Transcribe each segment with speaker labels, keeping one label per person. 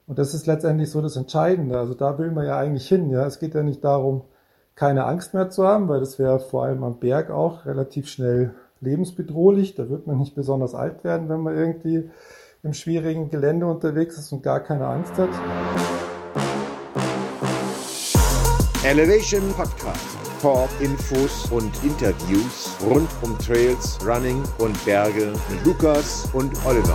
Speaker 1: Und das ist letztendlich so das Entscheidende. Also da will man ja eigentlich hin. Ja, es geht ja nicht darum, keine Angst mehr zu haben, weil das wäre vor allem am Berg auch relativ schnell lebensbedrohlich. Da wird man nicht besonders alt werden, wenn man irgendwie im schwierigen Gelände unterwegs ist und gar keine Angst hat.
Speaker 2: Elevation Podcast. Talk, Infos und Interviews rund um Trails, Running und Berge mit Lukas und Oliver.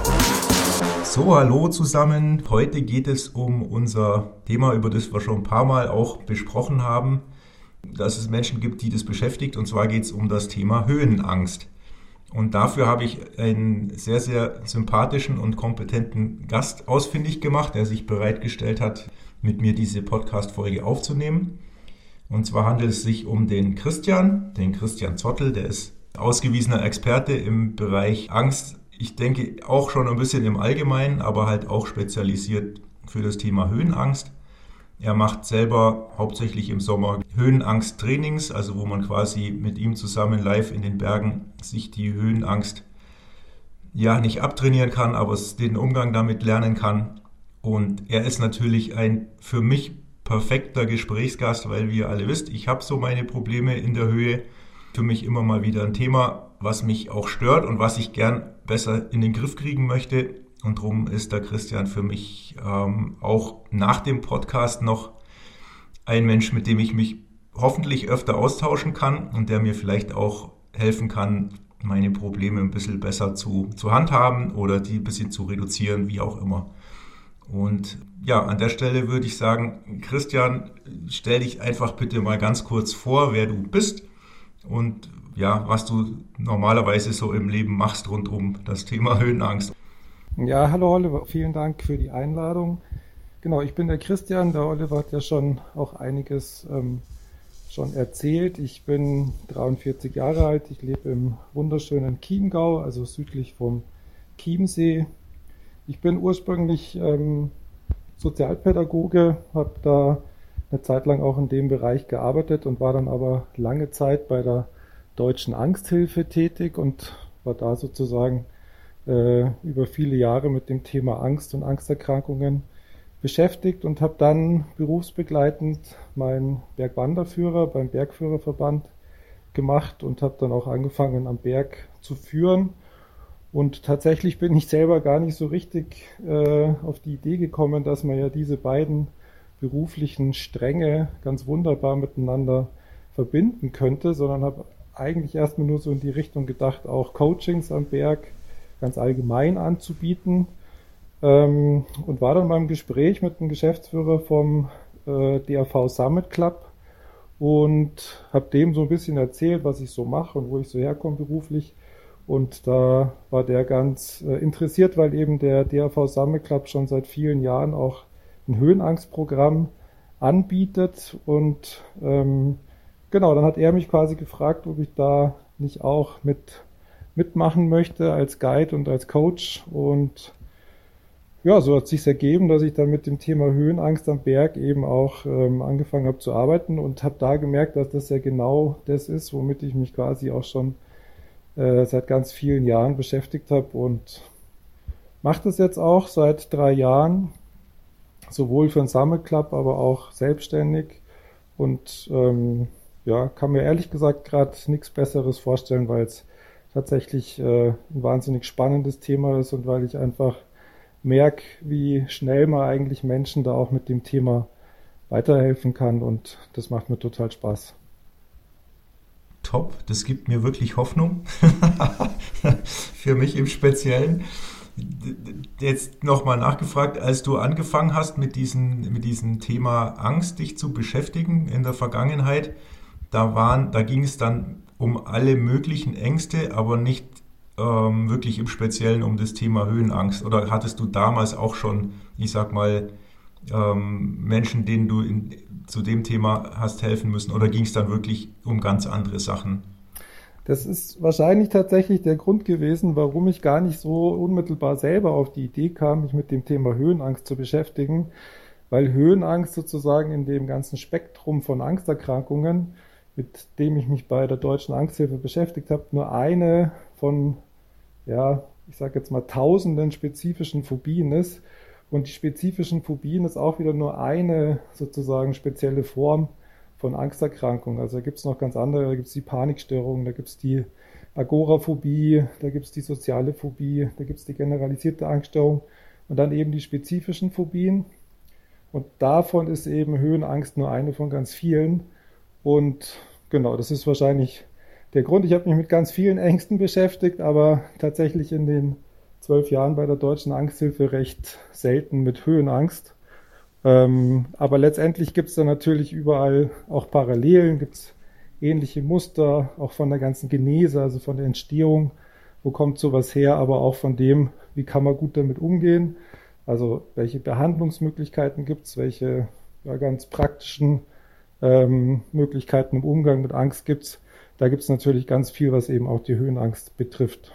Speaker 3: So, hallo zusammen. Heute geht es um unser Thema, über das wir schon ein paar Mal auch besprochen haben, dass es Menschen gibt, die das beschäftigt. Und zwar geht es um das Thema Höhenangst. Und dafür habe ich einen sehr, sehr sympathischen und kompetenten Gast ausfindig gemacht, der sich bereitgestellt hat, mit mir diese Podcast-Folge aufzunehmen. Und zwar handelt es sich um den Christian Zottel, der ist ausgewiesener Experte im Bereich Angst. Ich denke auch schon ein bisschen im Allgemeinen, aber halt auch spezialisiert für das Thema Höhenangst. Er macht selber hauptsächlich im Sommer Höhenangst-Trainings, also wo man quasi mit ihm zusammen live in den Bergen sich die Höhenangst ja nicht abtrainieren kann, aber den Umgang damit lernen kann. Und er ist natürlich ein für mich perfekter Gesprächsgast, weil wie ihr alle wisst, ich habe so meine Probleme in der Höhe. Für mich immer mal wieder ein Thema, was mich auch stört und was ich gern besser in den Griff kriegen möchte. Und darum ist der Christian für mich auch nach dem Podcast noch ein Mensch, mit dem ich mich hoffentlich öfter austauschen kann und der mir vielleicht auch helfen kann, meine Probleme ein bisschen besser zu handhaben oder die ein bisschen zu reduzieren, wie auch immer. Und ja, an der Stelle würde ich sagen, Christian, stell dich einfach bitte mal ganz kurz vor, wer du bist und ja, was du normalerweise so im Leben machst rund um das Thema Höhenangst.
Speaker 1: Ja, hallo Oliver, vielen Dank für die Einladung. Genau, ich bin der Christian, der Oliver hat ja schon auch einiges schon erzählt. Ich bin 43 Jahre alt, ich lebe im wunderschönen Chiemgau, also südlich vom Chiemsee. Ich bin ursprünglich Sozialpädagoge, habe da eine Zeit lang auch in dem Bereich gearbeitet und war dann aber lange Zeit bei der Deutschen Angsthilfe tätig und war da sozusagen über viele Jahre mit dem Thema Angst und Angsterkrankungen beschäftigt und habe dann berufsbegleitend meinen Bergwanderführer beim Bergführerverband gemacht und habe dann auch angefangen am Berg zu führen. Und tatsächlich bin ich selber gar nicht so richtig auf die Idee gekommen, dass man ja diese beiden beruflichen Stränge ganz wunderbar miteinander verbinden könnte, sondern habe eigentlich erstmal nur so in die Richtung gedacht, auch Coachings am Berg ganz allgemein anzubieten. Und war dann beim Gespräch mit dem Geschäftsführer vom DAV Summit Club und habe dem so ein bisschen erzählt, was ich so mache und wo ich so herkomme beruflich. Und da war der ganz interessiert, weil eben der DAV Summit Club schon seit vielen Jahren auch ein Höhenangstprogramm anbietet. Und genau, dann hat er mich quasi gefragt, ob ich da nicht auch mitmachen möchte als Guide und als Coach. Und ja, so hat sich's ergeben, dass ich dann mit dem Thema Höhenangst am Berg eben auch angefangen habe zu arbeiten und habe da gemerkt, dass das ja genau das ist, womit ich mich quasi auch schon seit ganz vielen Jahren beschäftigt habe und mache das jetzt auch seit 3 Jahren, sowohl für den Summit Club, aber auch selbstständig und ja, kann mir ehrlich gesagt gerade nichts Besseres vorstellen, weil es tatsächlich ein wahnsinnig spannendes Thema ist und weil ich einfach merke, wie schnell man eigentlich Menschen da auch mit dem Thema weiterhelfen kann und das macht mir total Spaß.
Speaker 3: Top, das gibt mir wirklich Hoffnung, für mich im Speziellen. Jetzt nochmal nachgefragt, als du angefangen hast mit diesem Thema Angst, dich zu beschäftigen in der Vergangenheit, da ging es dann um alle möglichen Ängste, aber nicht wirklich im Speziellen um das Thema Höhenangst. Oder hattest du damals auch schon, ich sag mal, Menschen, denen du zu dem Thema hast helfen müssen, oder ging es dann wirklich um ganz andere Sachen?
Speaker 1: Das ist wahrscheinlich tatsächlich der Grund gewesen, warum ich gar nicht so unmittelbar selber auf die Idee kam, mich mit dem Thema Höhenangst zu beschäftigen, weil Höhenangst sozusagen in dem ganzen Spektrum von Angsterkrankungen, mit dem ich mich bei der Deutschen Angsthilfe beschäftigt habe, nur eine von, ja, ich sage jetzt mal Tausenden spezifischen Phobien ist. Und die spezifischen Phobien ist auch wieder nur eine sozusagen spezielle Form von Angsterkrankung. Also da gibt es noch ganz andere, da gibt es die Panikstörung, da gibt es die Agoraphobie, da gibt es die soziale Phobie, da gibt es die generalisierte Angststörung und dann eben die spezifischen Phobien. Und davon ist eben Höhenangst nur eine von ganz vielen. Und genau, das ist wahrscheinlich der Grund. Ich habe mich mit ganz vielen Ängsten beschäftigt, aber tatsächlich in den 12 Jahren bei der Deutschen Angsthilfe recht selten mit Höhenangst. Aber letztendlich gibt es da natürlich überall auch Parallelen, gibt es ähnliche Muster, auch von der ganzen Genese, also von der Entstehung, wo kommt sowas her, aber auch von dem, wie kann man gut damit umgehen. Also welche Behandlungsmöglichkeiten gibt es, welche ganz praktischen Möglichkeiten im Umgang mit Angst gibt es. Da gibt es natürlich ganz viel, was eben auch die Höhenangst betrifft.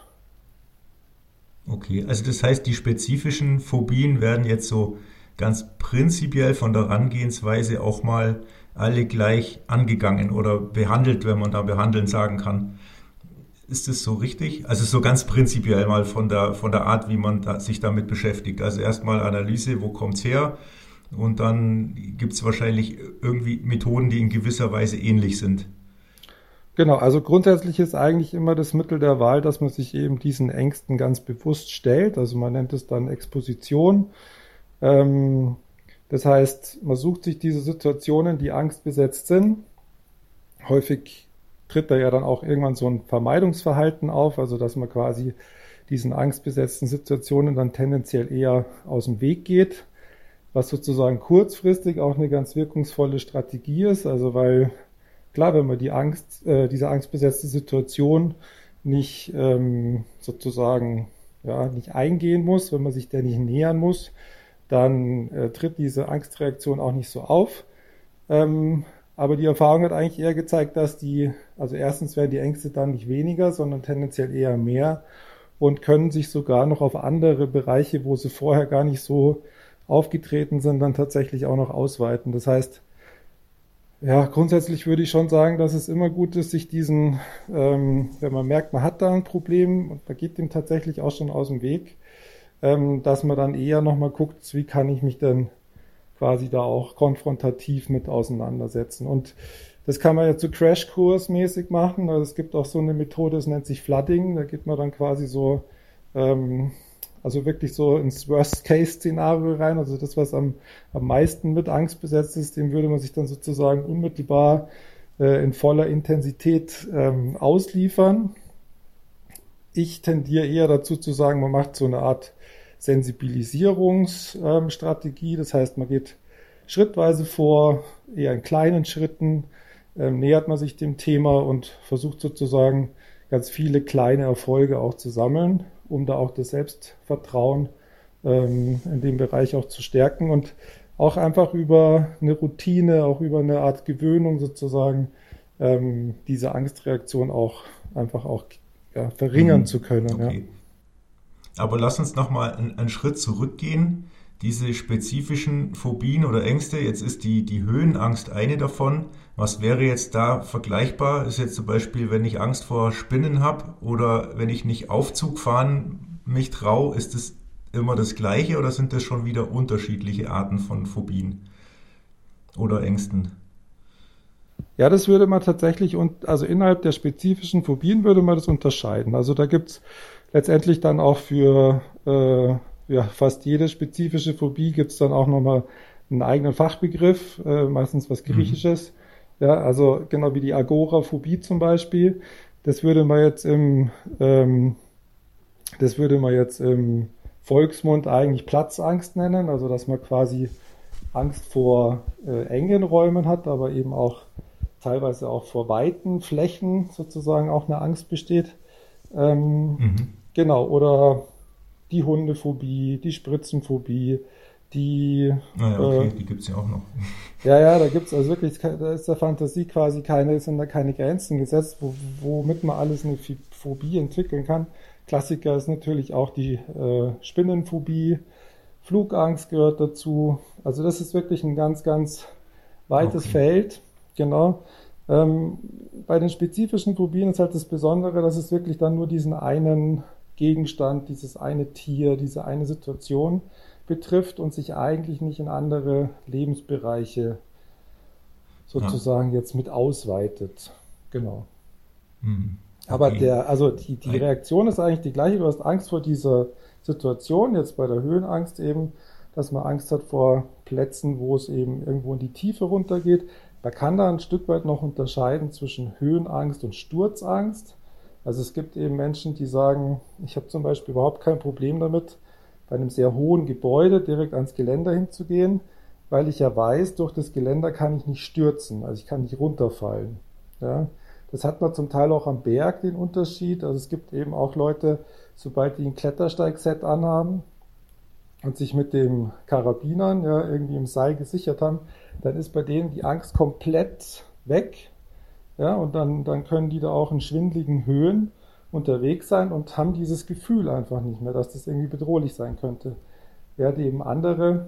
Speaker 3: Okay, also das heißt, die spezifischen Phobien werden jetzt so ganz prinzipiell von der Herangehensweise auch mal alle gleich angegangen oder behandelt, wenn man da behandeln sagen kann. Ist das so richtig? Also so ganz prinzipiell mal von der Art, wie man sich damit beschäftigt. Also erstmal Analyse, wo kommt es her? Und dann gibt es wahrscheinlich irgendwie Methoden, die in gewisser Weise ähnlich sind.
Speaker 1: Genau, also grundsätzlich ist eigentlich immer das Mittel der Wahl, dass man sich eben diesen Ängsten ganz bewusst stellt. Also man nennt es dann Exposition. Das heißt, man sucht sich diese Situationen, die angstbesetzt sind. Häufig tritt da ja dann auch irgendwann so ein Vermeidungsverhalten auf, also dass man quasi diesen angstbesetzten Situationen dann tendenziell eher aus dem Weg geht, was sozusagen kurzfristig auch eine ganz wirkungsvolle Strategie ist. Also weil klar, wenn man diese angstbesetzte Situation nicht sozusagen nicht eingehen muss, wenn man sich der nicht nähern muss, dann tritt diese Angstreaktion auch nicht so auf. Aber die Erfahrung hat eigentlich eher gezeigt, dass also erstens werden die Ängste dann nicht weniger, sondern tendenziell eher mehr und können sich sogar noch auf andere Bereiche, wo sie vorher gar nicht so aufgetreten sind, dann tatsächlich auch noch ausweiten. Das heißt, ja, grundsätzlich würde ich schon sagen, dass es immer gut ist, sich wenn man merkt, man hat da ein Problem und man geht dem tatsächlich auch schon aus dem Weg, dass man dann eher nochmal guckt, wie kann ich mich denn quasi da auch konfrontativ mit auseinandersetzen. Und das kann man jetzt so Crashkurs-mäßig machen. Also es gibt auch so eine Methode, das nennt sich Flooding. Da geht man dann quasi so, also wirklich so ins Worst-Case-Szenario rein. Also das, was am meisten mit Angst besetzt ist, dem würde man sich dann sozusagen unmittelbar in voller Intensität ausliefern. Ich tendiere eher dazu zu sagen, man macht so eine Art Sensibilisierungsstrategie. Das heißt, man geht schrittweise vor, eher in kleinen Schritten, nähert man sich dem Thema und versucht sozusagen ganz viele kleine Erfolge auch zu sammeln, um da auch das Selbstvertrauen in dem Bereich auch zu stärken und auch einfach über eine Routine, auch über eine Art Gewöhnung sozusagen diese Angstreaktion auch einfach auch verringern zu können.
Speaker 3: Okay. Ja. Aber lass uns nochmal einen Schritt zurückgehen. Diese spezifischen Phobien oder Ängste, jetzt ist die Höhenangst eine davon. Was wäre jetzt da vergleichbar? Ist jetzt zum Beispiel, wenn ich Angst vor Spinnen habe oder wenn ich nicht Aufzug fahren mich traue, ist das immer das Gleiche oder sind das schon wieder unterschiedliche Arten von Phobien oder Ängsten?
Speaker 1: Ja, das würde man tatsächlich, also innerhalb der spezifischen Phobien würde man das unterscheiden. Also da gibt's letztendlich dann auch für fast jede spezifische Phobie gibt's dann auch nochmal einen eigenen Fachbegriff, meistens was Griechisches. Ja, also genau wie die Agoraphobie zum Beispiel. Das würde man jetzt im Volksmund eigentlich Platzangst nennen, also dass man quasi Angst vor engen Räumen hat, aber eben auch teilweise auch vor weiten Flächen sozusagen auch eine Angst besteht. Genau, oder die Hundephobie, die Spritzenphobie, die
Speaker 3: die gibt's ja auch noch.
Speaker 1: Ja, da gibt's also wirklich, da ist der Fantasie quasi sind da keine Grenzen gesetzt, womit man alles eine Phobie entwickeln kann. Klassiker ist natürlich auch die Spinnenphobie, Flugangst gehört dazu. Also das ist wirklich ein ganz, ganz weites Feld. Genau. Bei den spezifischen Phobien ist halt das Besondere, dass es wirklich dann nur diesen einen Gegenstand, dieses eine Tier, diese eine Situation betrifft und sich eigentlich nicht in andere Lebensbereiche sozusagen jetzt mit ausweitet. Genau.
Speaker 3: Okay.
Speaker 1: Aber die Reaktion ist eigentlich die gleiche. Du hast Angst vor dieser Situation, jetzt bei der Höhenangst eben, dass man Angst hat vor Plätzen, wo es eben irgendwo in die Tiefe runtergeht. Man kann da ein Stück weit noch unterscheiden zwischen Höhenangst und Sturzangst. Also es gibt eben Menschen, die sagen, ich habe zum Beispiel überhaupt kein Problem damit, bei einem sehr hohen Gebäude direkt ans Geländer hinzugehen, weil ich ja weiß, durch das Geländer kann ich nicht stürzen, also ich kann nicht runterfallen. Ja? Das hat man zum Teil auch am Berg, den Unterschied. Also es gibt eben auch Leute, sobald die ein Klettersteigset anhaben und sich mit dem Karabinern ja irgendwie im Seil gesichert haben, dann ist bei denen die Angst komplett weg. Ja, und dann können die da auch in schwindeligen Höhen unterwegs sein und haben dieses Gefühl einfach nicht mehr, dass das irgendwie bedrohlich sein könnte. Während eben andere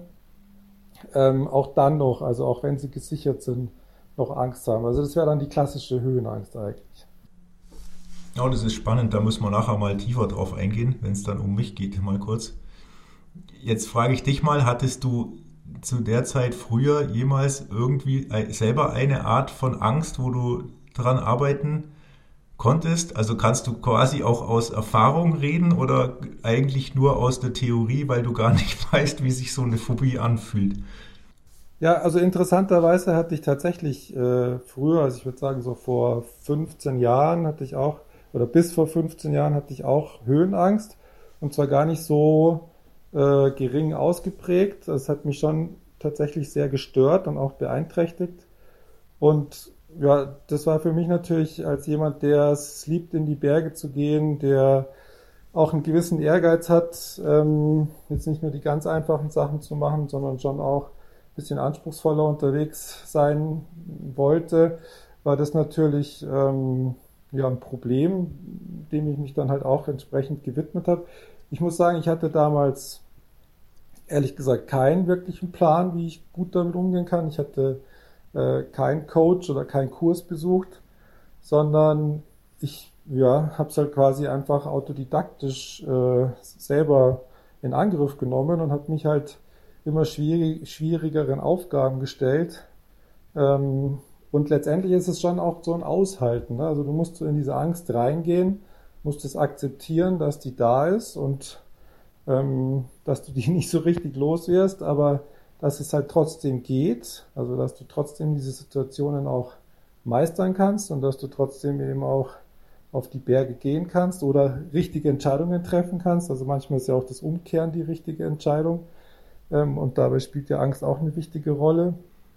Speaker 1: auch dann noch, also auch wenn sie gesichert sind, noch Angst haben. Also das wäre dann die klassische Höhenangst eigentlich.
Speaker 3: Ja, das ist spannend, da müssen wir nachher mal tiefer drauf eingehen, wenn es dann um mich geht, mal kurz. Jetzt frage ich dich mal, hattest du zu der Zeit früher jemals irgendwie selber eine Art von Angst, wo du dran arbeiten konntest? Also kannst du quasi auch aus Erfahrung reden oder eigentlich nur aus der Theorie, weil du gar nicht weißt, wie sich so eine Phobie anfühlt?
Speaker 1: Ja, also interessanterweise hatte ich tatsächlich früher, also ich würde sagen so vor 15 Jahren hatte ich auch, oder bis vor 15 Jahren hatte ich auch Höhenangst und zwar gar nicht so gering ausgeprägt. Das hat mich schon tatsächlich sehr gestört und auch beeinträchtigt. Und ja, das war für mich natürlich als jemand, der es liebt, in die Berge zu gehen, der auch einen gewissen Ehrgeiz hat, jetzt nicht nur die ganz einfachen Sachen zu machen, sondern schon auch ein bisschen anspruchsvoller unterwegs sein wollte, war das natürlich ein Problem, dem ich mich dann halt auch entsprechend gewidmet habe. Ich muss sagen, ich hatte damals ehrlich gesagt keinen wirklichen Plan, wie ich gut damit umgehen kann. Ich hatte keinen Coach oder keinen Kurs besucht, sondern ich habe es halt quasi einfach autodidaktisch selber in Angriff genommen und habe mich halt immer schwierigeren Aufgaben gestellt. Und letztendlich ist es schon auch so ein Aushalten. Ne? Also du musst so in diese Angst reingehen, musst es akzeptieren, dass die da ist und dass du die nicht so richtig los wirst, aber dass es halt trotzdem geht, also dass du trotzdem diese Situationen auch meistern kannst und dass du trotzdem eben auch auf die Berge gehen kannst oder richtige Entscheidungen treffen kannst. Also manchmal ist ja auch das Umkehren die richtige Entscheidung und dabei spielt ja Angst auch eine wichtige Rolle.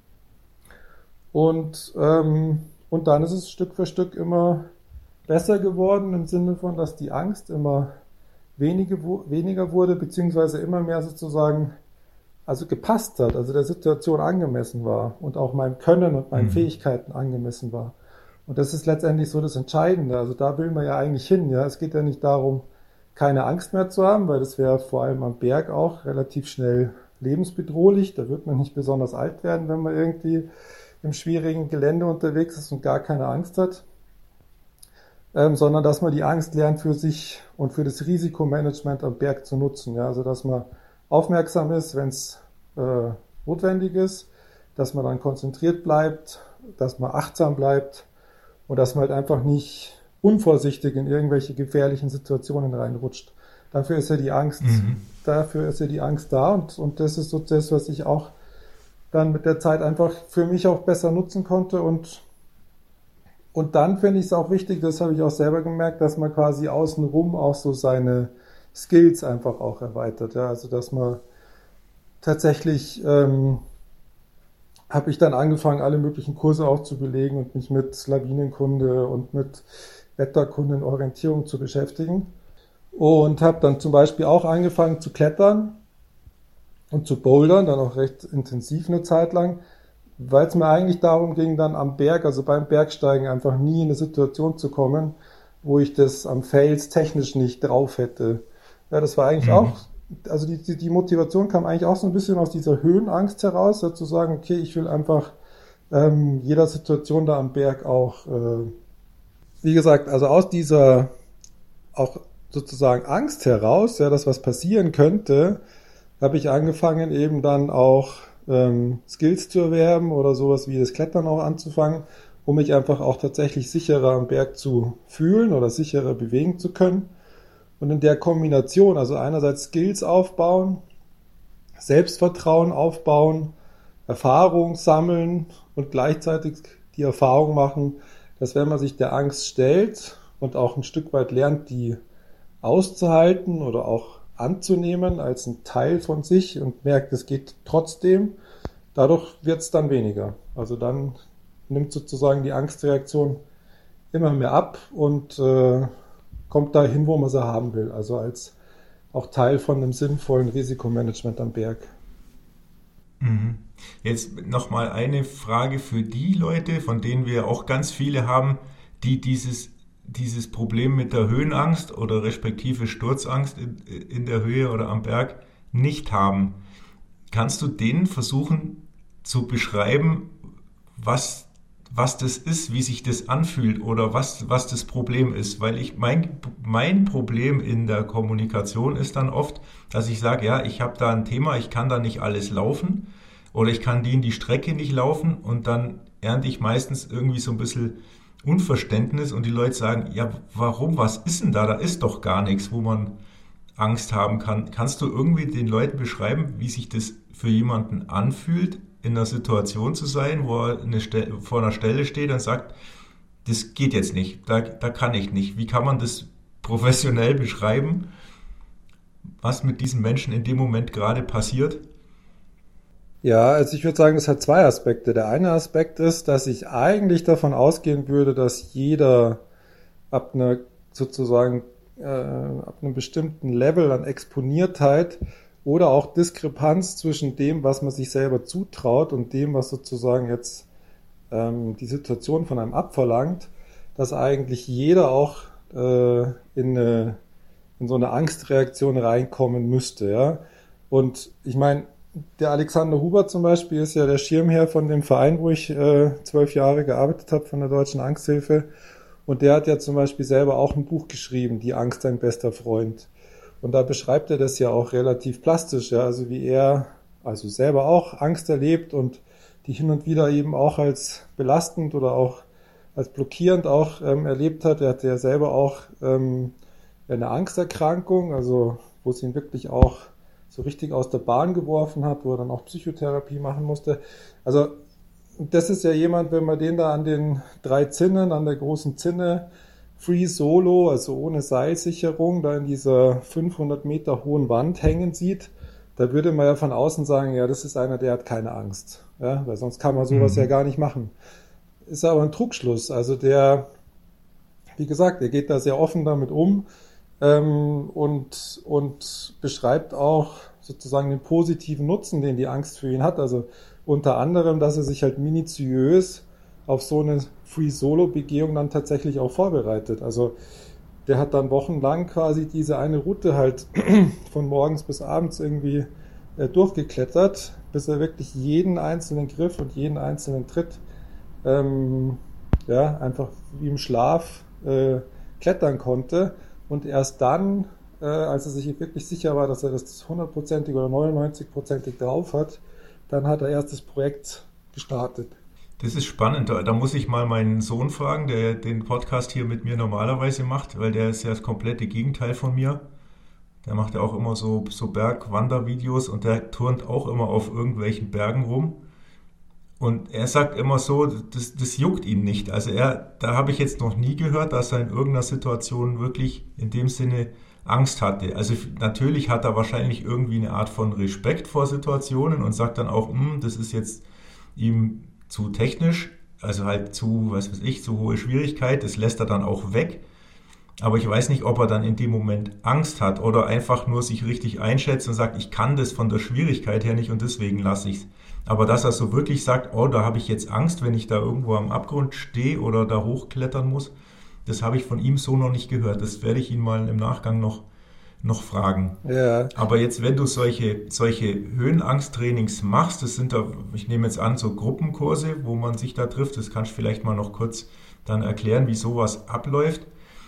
Speaker 1: Und dann ist es Stück für Stück immer besser geworden im Sinne von, dass die Angst immer weniger wurde, beziehungsweise immer mehr sozusagen also gepasst hat, also der Situation angemessen war und auch meinem Können und meinen Fähigkeiten angemessen war. Und das ist letztendlich so das Entscheidende. Also da will man ja eigentlich hin. Ja, es geht ja nicht darum, keine Angst mehr zu haben, weil das wäre vor allem am Berg auch relativ schnell lebensbedrohlich. Da wird man nicht besonders alt werden, wenn man irgendwie im schwierigen Gelände unterwegs ist und gar keine Angst hat. Sondern dass man die Angst lernt für sich und für das Risikomanagement am Berg zu nutzen. Ja, also dass man aufmerksam ist, wenn es notwendig ist, dass man dann konzentriert bleibt, dass man achtsam bleibt und dass man halt einfach nicht unvorsichtig in irgendwelche gefährlichen Situationen reinrutscht. Dafür ist ja die Angst, da und das ist so das, was ich auch dann mit der Zeit einfach für mich auch besser nutzen konnte und dann finde ich es auch wichtig, das habe ich auch selber gemerkt, dass man quasi außenrum auch so seine Skills einfach auch erweitert. Ja? Also dass man tatsächlich habe ich dann angefangen, alle möglichen Kurse auch zu belegen und mich mit Lawinenkunde und mit Wetterkunde und Orientierung zu beschäftigen. Und habe dann zum Beispiel auch angefangen zu klettern und zu bouldern, dann auch recht intensiv eine Zeit lang, weil es mir eigentlich darum ging, dann am Berg, also beim Bergsteigen, einfach nie in eine Situation zu kommen, wo ich das am Fels technisch nicht drauf hätte. Ja, das war eigentlich auch, also die Motivation kam eigentlich auch so ein bisschen aus dieser Höhenangst heraus, zu sagen, okay, ich will einfach jeder Situation da am Berg auch, wie gesagt, also aus dieser auch sozusagen Angst heraus, ja, dass was passieren könnte, habe ich angefangen, eben dann auch Skills zu erwerben oder sowas wie das Klettern auch anzufangen, um mich einfach auch tatsächlich sicherer am Berg zu fühlen oder sicherer bewegen zu können. Und in der Kombination, also einerseits Skills aufbauen, Selbstvertrauen aufbauen, Erfahrung sammeln und gleichzeitig die Erfahrung machen, dass wenn man sich der Angst stellt und auch ein Stück weit lernt, die auszuhalten oder auch anzunehmen als ein Teil von sich und merkt, es geht trotzdem, dadurch wird es dann weniger. Also dann nimmt sozusagen die Angstreaktion immer mehr ab und kommt dahin, wo man sie haben will. Also als auch Teil von einem sinnvollen Risikomanagement am Berg.
Speaker 3: Jetzt nochmal eine Frage für die Leute, von denen wir auch ganz viele haben, die dieses Problem mit der Höhenangst oder respektive Sturzangst in der Höhe oder am Berg nicht haben. Kannst du denen versuchen zu beschreiben, was das ist, wie sich das anfühlt oder was das Problem ist? Weil mein Problem in der Kommunikation ist dann oft, dass ich sage, ja, ich habe da ein Thema, ich kann da nicht alles laufen oder ich kann die Strecke nicht laufen und dann ernte ich meistens irgendwie so ein bisschen Unverständnis und die Leute sagen, ja, warum, was ist denn da? Da ist doch gar nichts, wo man Angst haben kann. Kannst du irgendwie den Leuten beschreiben, wie sich das für jemanden anfühlt, in einer Situation zu sein, wo er vor einer Stelle steht und sagt, das geht jetzt nicht, da kann ich nicht. Wie kann man das professionell beschreiben, was mit diesen Menschen in dem Moment gerade passiert?
Speaker 1: Ja, also ich würde sagen, das hat zwei Aspekte. Der eine Aspekt ist, dass ich eigentlich davon ausgehen würde, dass jeder ab einer sozusagen ab einem bestimmten Level an Exponiertheit oder auch Diskrepanz zwischen dem, was man sich selber zutraut und dem, was sozusagen jetzt die Situation von einem abverlangt, dass eigentlich jeder auch in so eine Angstreaktion reinkommen müsste. Ja? Und ich meine, der Alexander Huber zum Beispiel ist ja der Schirmherr von dem Verein, wo ich 12 Jahre gearbeitet habe, von der Deutschen Angsthilfe. Und der hat ja zum Beispiel selber auch ein Buch geschrieben, Die Angst, dein bester Freund. Und da beschreibt er das ja auch relativ plastisch, ja, also wie er also selber auch Angst erlebt und die hin und wieder eben auch als belastend oder auch als blockierend auch erlebt hat. Er hatte ja selber auch eine Angsterkrankung, also wo es ihn wirklich auch so richtig aus der Bahn geworfen hat, wo er dann auch Psychotherapie machen musste. Also das ist ja jemand, wenn man den da an den 3 Zinnen, an der großen Zinne, Free Solo, also ohne Seilsicherung, da in dieser 500 Meter hohen Wand hängen sieht, da würde man ja von außen sagen, ja, das ist einer, der hat keine Angst. Ja, weil sonst kann man sowas ja gar nicht machen. Ist aber ein Trugschluss. Also der, wie gesagt, der geht da sehr offen damit um und beschreibt auch sozusagen den positiven Nutzen, den die Angst für ihn hat. Also unter anderem, dass er sich halt minutiös auf so eine Free-Solo-Begehung dann tatsächlich auch vorbereitet. Also der hat dann wochenlang quasi diese eine Route halt von morgens bis abends irgendwie durchgeklettert, bis er wirklich jeden einzelnen Griff und jeden einzelnen Tritt einfach wie im Schlaf klettern konnte. Und erst dann, als er sich wirklich sicher war, dass er das 100%ig oder 99%ig drauf hat, dann hat er erst das Projekt gestartet.
Speaker 3: Das ist spannend. Da muss ich mal meinen Sohn fragen, der den Podcast hier mit mir normalerweise macht, weil der ist ja das komplette Gegenteil von mir. Der macht ja auch immer so Bergwandervideos und der turnt auch immer auf irgendwelchen Bergen rum. Und er sagt immer so, das juckt ihn nicht. Also da habe ich jetzt noch nie gehört, dass er in irgendeiner Situation wirklich in dem Sinne Angst hatte. Also natürlich hat er wahrscheinlich irgendwie eine Art von Respekt vor Situationen und sagt dann auch, das ist jetzt ihm zu technisch, also halt zu hohe Schwierigkeit, das lässt er dann auch weg. Aber ich weiß nicht, ob er dann in dem Moment Angst hat oder einfach nur sich richtig einschätzt und sagt, ich kann das von der Schwierigkeit her nicht und deswegen lasse ich es. Aber dass er so wirklich sagt, da habe ich jetzt Angst, wenn ich da irgendwo am Abgrund stehe oder da hochklettern muss, das habe ich von ihm so noch nicht gehört. Das werde ich ihn mal im Nachgang noch fragen.
Speaker 1: Ja.
Speaker 3: Aber jetzt, wenn du solche Höhenangsttrainings machst, das sind da, ich nehme jetzt an, so Gruppenkurse, wo man sich da trifft, das kannst du vielleicht mal noch kurz dann erklären, wie sowas abläuft.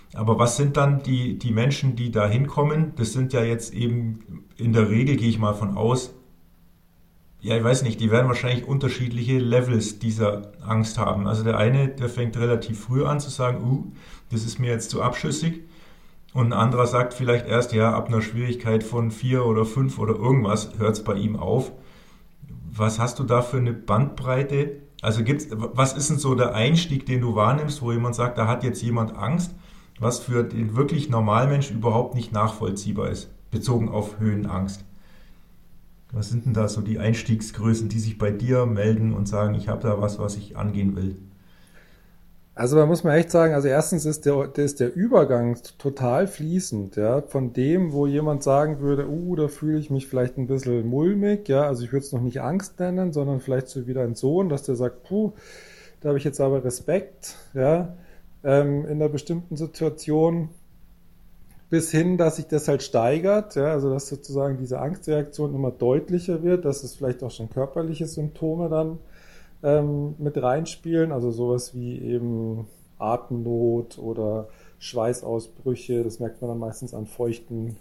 Speaker 3: Aber was sind dann die Menschen, die da hinkommen? Das sind ja jetzt eben in der Regel, gehe ich mal von aus, ja, ich weiß nicht, die werden wahrscheinlich unterschiedliche Levels dieser Angst haben. Also der eine, der fängt relativ früh an zu sagen, das ist mir jetzt zu abschüssig. Und ein anderer sagt vielleicht erst, ja, ab einer Schwierigkeit von 4 oder 5 oder irgendwas hört es bei ihm auf. Was hast du da für eine Bandbreite? Also was ist denn so der Einstieg, den du wahrnimmst, wo jemand sagt, da hat jetzt jemand Angst, was für den wirklich Normalmensch überhaupt nicht nachvollziehbar ist, bezogen auf Höhenangst? Was sind denn da so die Einstiegsgrößen, die sich bei dir melden und sagen, ich habe da was ich angehen will?
Speaker 1: Also da muss man echt sagen, also erstens ist der Übergang total fließend, ja, von dem, wo jemand sagen würde, da fühle ich mich vielleicht ein bisschen mulmig, ja, also ich würde es noch nicht Angst nennen, sondern vielleicht so wie dein Sohn, dass der sagt, da habe ich jetzt aber Respekt, ja, in einer bestimmten Situation, bis hin, dass sich das halt steigert, ja, also dass sozusagen diese Angstreaktion immer deutlicher wird, dass es vielleicht auch schon körperliche Symptome dann mit reinspielen, also sowas wie eben Atemnot oder Schweißausbrüche, das merkt man dann meistens an feuchten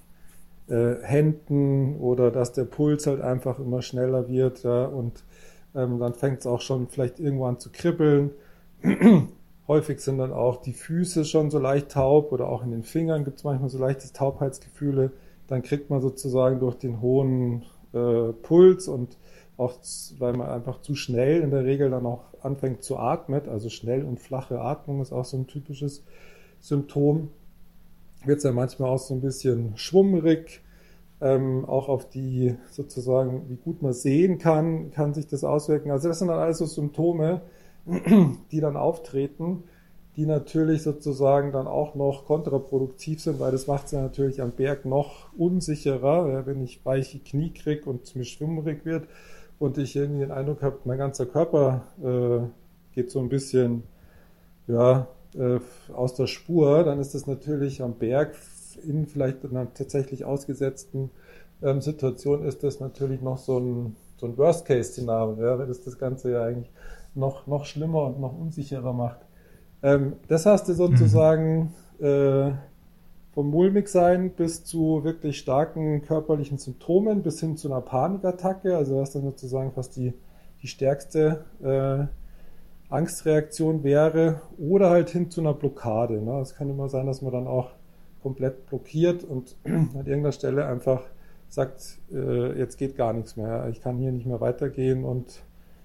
Speaker 1: Händen oder dass der Puls halt einfach immer schneller wird, ja, und dann fängt es auch schon vielleicht irgendwo an zu kribbeln. Häufig sind dann auch die Füße schon so leicht taub oder auch in den Fingern gibt es manchmal so leichte Taubheitsgefühle. Dann kriegt man sozusagen durch den hohen Puls und auch weil man einfach zu schnell in der Regel dann auch anfängt zu atmen, also schnell und flache Atmung ist auch so ein typisches Symptom. Wird es ja manchmal auch so ein bisschen schwummrig, auch auf die sozusagen, wie gut man sehen kann sich das auswirken. Also das sind dann alles so Symptome, die dann auftreten, die natürlich sozusagen dann auch noch kontraproduktiv sind, weil das macht es ja natürlich am Berg noch unsicherer, ja, wenn ich weiche Knie kriege und es mir schwummrig wird und ich irgendwie den Eindruck habe, mein ganzer Körper geht so ein bisschen aus der Spur, dann ist das natürlich am Berg in vielleicht einer tatsächlich ausgesetzten Situation ist das natürlich noch so ein Worst-Case-Szenario, ja, weil das Ganze ja eigentlich noch schlimmer und noch unsicherer macht. Das hast du sozusagen vom Mulmigsein bis zu wirklich starken körperlichen Symptomen bis hin zu einer Panikattacke, also was dann sozusagen fast die stärkste Angstreaktion wäre, oder halt hin zu einer Blockade. Ne? Es kann immer sein, dass man dann auch komplett blockiert und an irgendeiner Stelle einfach sagt, jetzt geht gar nichts mehr, ich kann hier nicht mehr weitergehen und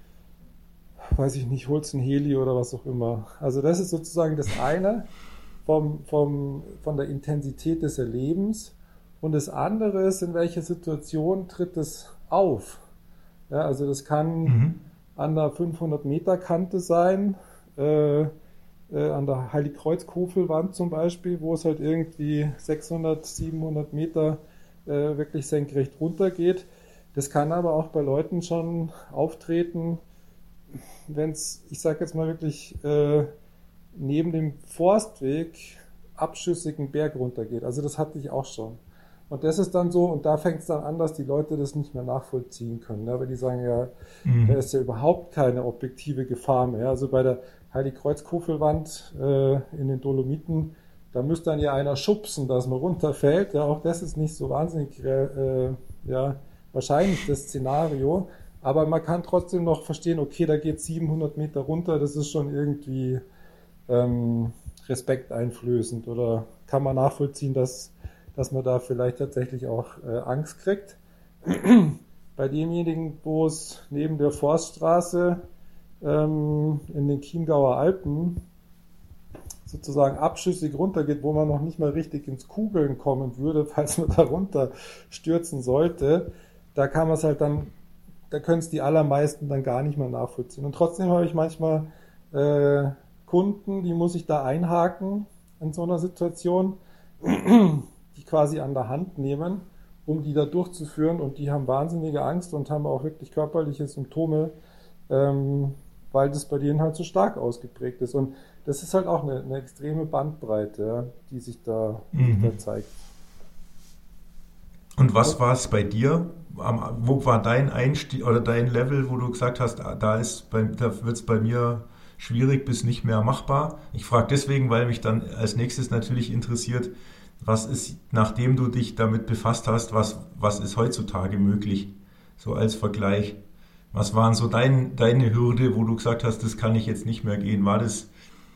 Speaker 1: weiß ich nicht, holst ein Heli oder was auch immer. Also das ist sozusagen das eine von der Intensität des Erlebens und das andere ist, in welcher Situation tritt es auf. Ja, also das kann an der 500-Meter-Kante sein, an der Heiligkreuz-Kofelwand zum Beispiel, wo es halt irgendwie 600, 700 Meter wirklich senkrecht runtergeht. Das kann aber auch bei Leuten schon auftreten, wenn es, ich sage jetzt mal wirklich, neben dem Forstweg abschüssigen Berg runtergeht. Also das hatte ich auch schon. Und das ist dann so, und da fängt es dann an, dass die Leute das nicht mehr nachvollziehen können. Ne? Weil die sagen, ja, da ist ja überhaupt keine objektive Gefahr mehr. Also bei der Heiligkreuz-Kofelwand in den Dolomiten, da müsste dann ja einer schubsen, dass man runterfällt. Ja, auch das ist nicht so wahnsinnig wahrscheinlich das Szenario. Aber man kann trotzdem noch verstehen, okay, da geht 700 Meter runter, das ist schon irgendwie respekteinflößend oder kann man nachvollziehen, dass man da vielleicht tatsächlich auch Angst kriegt. Bei demjenigen, wo es neben der Forststraße in den Chiemgauer Alpen sozusagen abschüssig runtergeht, wo man noch nicht mal richtig ins Kugeln kommen würde, falls man da runter stürzen sollte, da kann man es halt dann, da können es die allermeisten dann gar nicht mehr nachvollziehen. Und trotzdem habe ich manchmal Kunden, die muss ich da einhaken in so einer Situation, die quasi an der Hand nehmen, um die da durchzuführen und die haben wahnsinnige Angst und haben auch wirklich körperliche Symptome, weil das bei denen halt so stark ausgeprägt ist. Und das ist halt auch eine extreme Bandbreite, ja, die sich da zeigt.
Speaker 3: Und was war es bei dir? Wo war dein Einstieg oder dein Level, wo du gesagt hast, da wird es bei mir schwierig bis nicht mehr machbar. Ich frage deswegen, weil mich dann als nächstes natürlich interessiert, was ist, nachdem du dich damit befasst hast, was ist heutzutage möglich? So als Vergleich. Was waren so deine Hürde, wo du gesagt hast, das kann ich jetzt nicht mehr gehen? War das,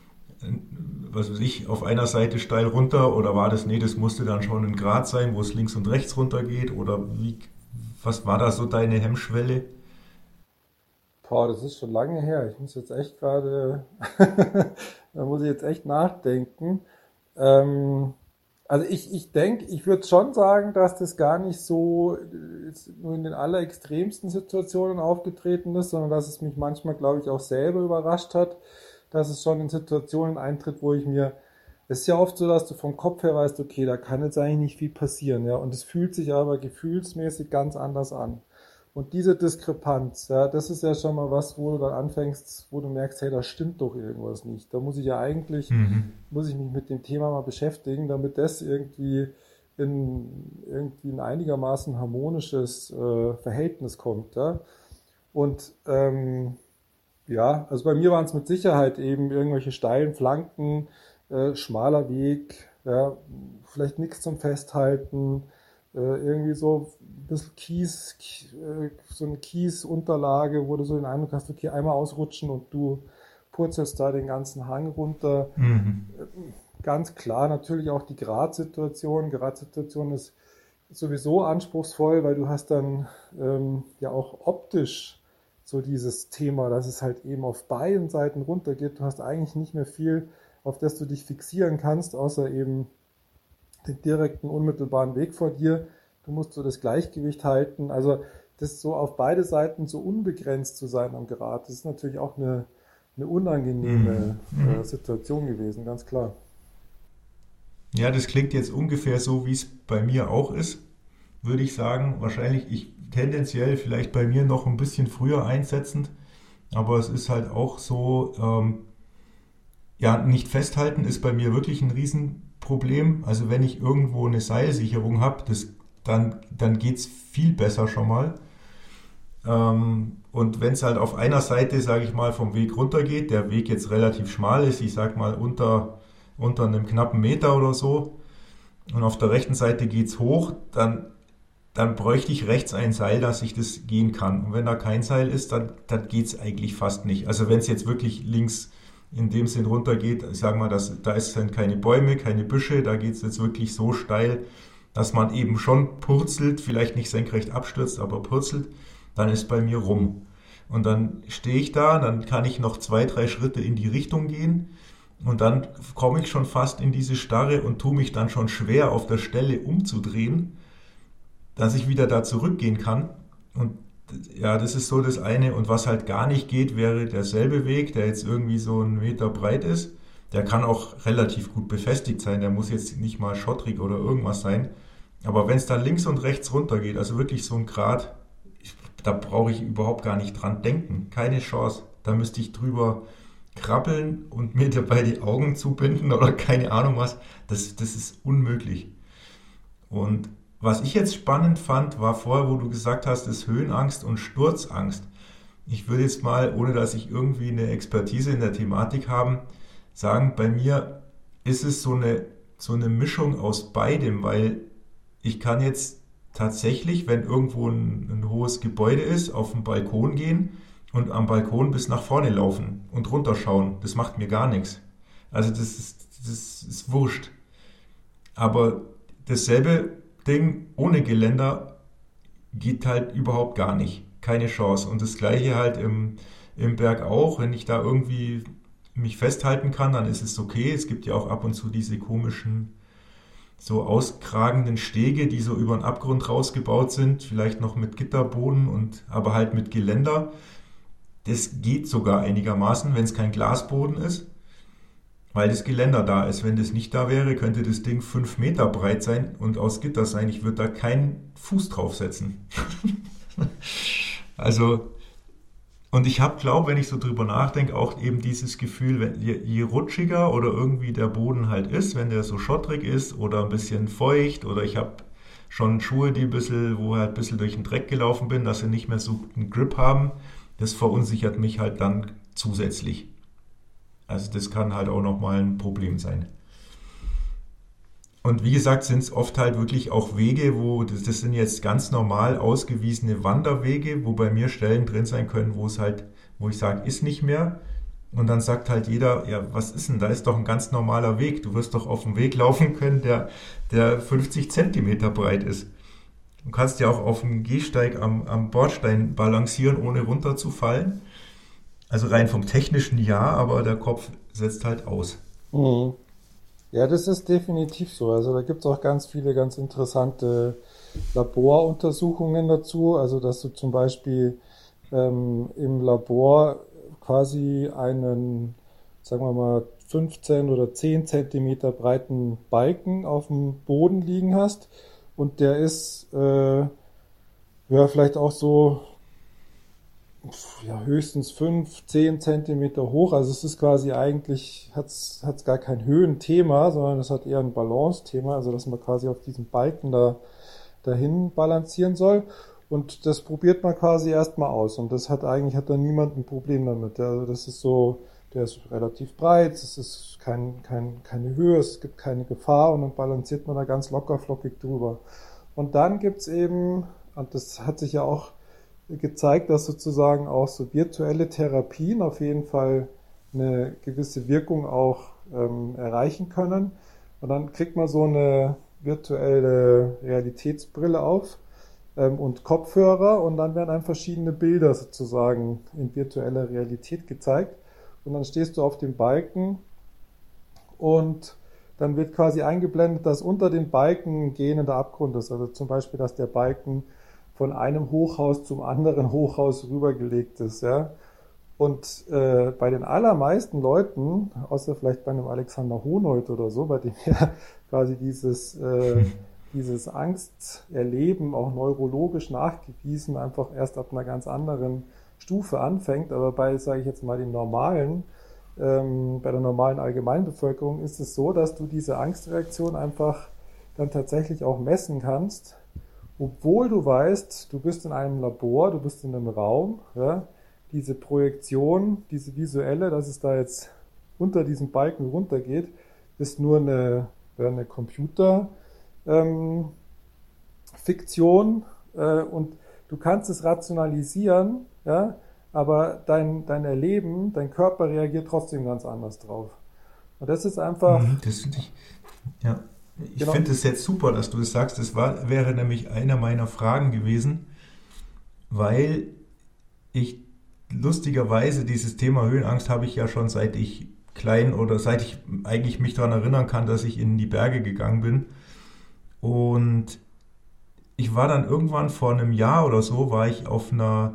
Speaker 3: was weiß ich, auf einer Seite steil runter oder war das, nee, das musste dann schon ein Grat sein, wo es links und rechts runter geht? Oder was war da so deine Hemmschwelle?
Speaker 1: Boah, das ist schon lange her. Ich muss jetzt echt gerade, da muss ich jetzt echt nachdenken. Ähm, also ich denke, ich würde schon sagen, dass das gar nicht so jetzt nur in den allerextremsten Situationen aufgetreten ist, sondern dass es mich manchmal, glaube ich, auch selber überrascht hat, dass es schon in Situationen eintritt, wo ich mir, es ist ja oft so, dass du vom Kopf her weißt, okay, da kann jetzt eigentlich nicht viel passieren, ja, und es fühlt sich aber gefühlsmäßig ganz anders an. Und diese Diskrepanz, ja, das ist ja schon mal was, wo du dann anfängst, wo du merkst, hey, da stimmt doch irgendwas nicht. Da muss ich ja eigentlich,
Speaker 3: Mhm.
Speaker 1: muss ich mich mit dem Thema mal beschäftigen, damit das irgendwie ein einigermaßen harmonisches Verhältnis kommt. Ja? Und ja, also bei mir waren es mit Sicherheit eben irgendwelche steilen Flanken, schmaler Weg, ja, vielleicht nichts zum Festhalten, irgendwie so ein bisschen so eine Kiesunterlage, wo du so den Eindruck hast, okay, einmal ausrutschen und du purzelst da den ganzen Hang runter.
Speaker 3: Mhm.
Speaker 1: Ganz klar natürlich auch die Gradsituation. Gradsituation ist sowieso anspruchsvoll, weil du hast dann ja auch optisch so dieses Thema, dass es halt eben auf beiden Seiten runtergeht. Du hast eigentlich nicht mehr viel, auf das du dich fixieren kannst, außer eben den direkten, unmittelbaren Weg vor dir. Du musst so das Gleichgewicht halten. Also das so auf beide Seiten so unbegrenzt zu sein am Grat, das ist natürlich auch eine unangenehme
Speaker 3: Mhm.
Speaker 1: Situation gewesen, ganz klar.
Speaker 3: Ja, das klingt jetzt ungefähr so, wie es bei mir auch ist, würde ich sagen. Wahrscheinlich ich tendenziell vielleicht bei mir noch ein bisschen früher einsetzend, aber es ist halt auch so, ja, nicht festhalten ist bei mir wirklich ein Riesenproblem. Also wenn ich irgendwo eine Seilsicherung habe, dann geht es viel besser schon mal. Und wenn es halt auf einer Seite, sage ich mal, vom Weg runter geht, der Weg jetzt relativ schmal ist, ich sag mal unter einem knappen Meter oder so, und auf der rechten Seite geht's hoch, dann bräuchte ich rechts ein Seil, dass ich das gehen kann. Und wenn da kein Seil ist, dann geht's eigentlich fast nicht. Also wenn es jetzt wirklich links in dem Sinn runter geht, ich sag mal, da ist dann keine Bäume, keine Büsche, da geht's jetzt wirklich so steil, dass man eben schon purzelt, vielleicht nicht senkrecht abstürzt, aber purzelt, dann ist bei mir rum. Und dann stehe ich da, dann kann ich noch 2, 3 Schritte in die Richtung gehen und dann komme ich schon fast in diese Starre und tue mich dann schon schwer auf der Stelle umzudrehen, dass ich wieder da zurückgehen kann. Und ja, das ist so das eine. Und was halt gar nicht geht, wäre derselbe Weg, der jetzt irgendwie so 1 Meter breit ist. Der kann auch relativ gut befestigt sein. Der muss jetzt nicht mal schottrig oder irgendwas sein. Aber wenn es dann links und rechts runter geht, also wirklich so ein Grat, da brauche ich überhaupt gar nicht dran denken. Keine Chance. Da müsste ich drüber krabbeln und mir dabei die Augen zubinden oder keine Ahnung was. Das ist unmöglich. Und was ich jetzt spannend fand, war vorher, wo du gesagt hast, ist Höhenangst und Sturzangst. Ich würde jetzt mal, ohne dass ich irgendwie eine Expertise in der Thematik habe, sagen, bei mir ist es so eine Mischung aus beidem, weil ich kann jetzt tatsächlich, wenn irgendwo ein hohes Gebäude ist, auf den Balkon gehen und am Balkon bis nach vorne laufen und runterschauen. Das macht mir gar nichts. Also das ist wurscht. Aber dasselbe Ding ohne Geländer geht halt überhaupt gar nicht. Keine Chance. Und das gleiche halt im Berg auch. Wenn ich da irgendwie mich festhalten kann, dann ist es okay. Es gibt ja auch ab und zu diese komischen, so auskragenden Stege, die so über den Abgrund rausgebaut sind. Vielleicht noch mit Gitterboden aber halt mit Geländer. Das geht sogar einigermaßen, wenn es kein Glasboden ist, weil das Geländer da ist. Wenn das nicht da wäre, könnte das Ding 5 Meter breit sein und aus Gitter sein. Ich würde da keinen Fuß draufsetzen. Also, und ich glaube, wenn ich so drüber nachdenke, auch eben dieses Gefühl, je rutschiger oder irgendwie der Boden halt ist, wenn der so schottrig ist oder ein bisschen feucht oder ich habe schon Schuhe, wo halt ein bisschen durch den Dreck gelaufen bin, dass sie nicht mehr so einen Grip haben, das verunsichert mich halt dann zusätzlich. Also das kann halt auch nochmal ein Problem sein. Und wie gesagt, sind es oft halt wirklich auch Wege, das sind jetzt ganz normal ausgewiesene Wanderwege, wo bei mir Stellen drin sein können, wo ich sage, ist nicht mehr. Und dann sagt halt jeder, ja, was ist denn, da ist doch ein ganz normaler Weg. Du wirst doch auf dem Weg laufen können, der 50 Zentimeter breit ist. Du kannst ja auch auf dem Gehsteig am Bordstein balancieren, ohne runterzufallen. Also rein vom Technischen ja, aber der Kopf setzt halt aus.
Speaker 1: Mhm. Ja, das ist definitiv so. Also da gibt es auch ganz viele ganz interessante Laboruntersuchungen dazu. Also dass du zum Beispiel im Labor quasi einen, sagen wir mal, 15 oder 10 Zentimeter breiten Balken auf dem Boden liegen hast und der ist vielleicht auch so höchstens 5, 10 Zentimeter hoch. Also es ist quasi eigentlich, hat's gar kein Höhenthema, sondern es hat eher ein Balance-Thema, also dass man quasi auf diesen Balken dahin balancieren soll. Und das probiert man quasi erstmal aus. Und hat da niemand ein Problem damit. Also das ist so, der ist relativ breit, es ist keine Höhe, es gibt keine Gefahr und dann balanciert man da ganz locker flockig drüber. Und dann gibt's eben, und das hat sich ja auch gezeigt, dass sozusagen auch so virtuelle Therapien auf jeden Fall eine gewisse Wirkung auch erreichen können. Und dann kriegt man so eine virtuelle Realitätsbrille auf und Kopfhörer und dann werden einem verschiedene Bilder sozusagen in virtueller Realität gezeigt. Und dann stehst du auf dem Balken und dann wird quasi eingeblendet, dass unter den Balken ein gähnender Abgrund ist. Also zum Beispiel, dass der Balken von einem Hochhaus zum anderen Hochhaus rübergelegt ist, ja. Und bei den allermeisten Leuten, außer vielleicht bei einem Alexander Honold oder so, bei dem ja quasi dieses Angsterleben auch neurologisch nachgewiesen einfach erst ab einer ganz anderen Stufe anfängt, aber sage ich jetzt mal, bei der normalen Allgemeinbevölkerung ist es so, dass du diese Angstreaktion einfach dann tatsächlich auch messen kannst, obwohl du weißt, du bist in einem Labor, du bist in einem Raum, ja, diese Projektion, diese visuelle, dass es da jetzt unter diesem Balken runtergeht, ist nur eine Computerfiktion und du kannst es rationalisieren, ja, aber dein Erleben, dein Körper reagiert trotzdem ganz anders drauf. Und das ist einfach...
Speaker 3: Das finde ich, ja. Ich finde es jetzt super, dass du das sagst. Das wäre nämlich einer meiner Fragen gewesen, weil ich lustigerweise dieses Thema Höhenangst habe ich ja schon seit ich klein oder seit ich eigentlich mich daran erinnern kann, dass ich in die Berge gegangen bin. Und ich war dann irgendwann vor einem Jahr oder so, war ich auf einer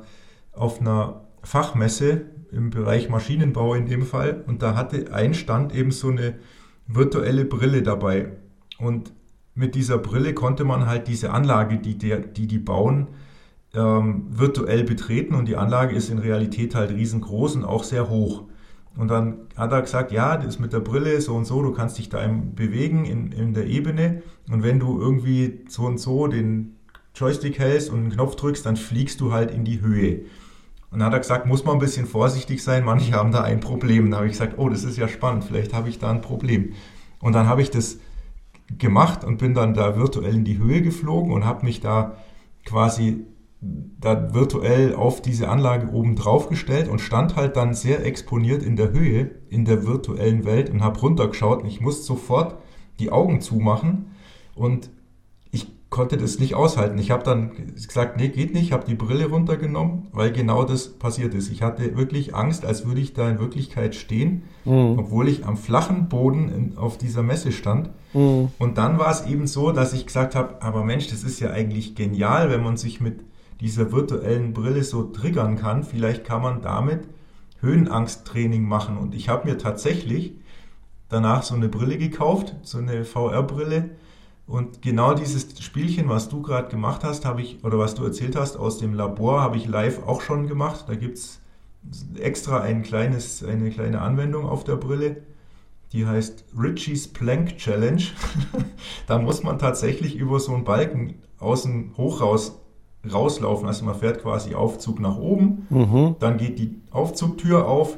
Speaker 3: Fachmesse im Bereich Maschinenbau in dem Fall und da hatte ein Stand eben so eine virtuelle Brille dabei. Und mit dieser Brille konnte man halt diese Anlage, die bauen, virtuell betreten und die Anlage ist in Realität halt riesengroß und auch sehr hoch. Und dann hat er gesagt, ja, das ist mit der Brille so und so, du kannst dich da bewegen in der Ebene und wenn du irgendwie so und so den Joystick hältst und einen Knopf drückst, dann fliegst du halt in die Höhe. Und dann hat er gesagt, muss man ein bisschen vorsichtig sein, manche haben da ein Problem. Da habe ich gesagt, oh, das ist ja spannend, vielleicht habe ich da ein Problem. Und dann habe ich das gemacht und bin dann da virtuell in die Höhe geflogen und habe mich da quasi virtuell auf diese Anlage oben drauf gestellt und stand halt dann sehr exponiert in der Höhe, in der virtuellen Welt und habe runtergeschaut und ich musste sofort die Augen zumachen und ich konnte das nicht aushalten. Ich habe dann gesagt, nee, geht nicht, habe die Brille runtergenommen, weil genau das passiert ist. Ich hatte wirklich Angst, als würde ich da in Wirklichkeit stehen, obwohl ich am flachen Boden auf dieser Messe stand. Und dann war es eben so, dass ich gesagt habe, aber Mensch, das ist ja eigentlich genial, wenn man sich mit dieser virtuellen Brille so triggern kann. Vielleicht kann man damit Höhenangsttraining machen. Und ich habe mir tatsächlich danach so eine Brille gekauft, so eine VR-Brille. Und genau dieses Spielchen, was du gerade gemacht hast, oder was du erzählt hast aus dem Labor, habe ich live auch schon gemacht. Da gibt es extra eine kleine Anwendung auf der Brille, die heißt Ritchie's Plank Challenge. Da muss man tatsächlich über so einen Balken aus dem Hochhaus rauslaufen. Also man fährt quasi Aufzug nach oben, dann geht die Aufzugtür auf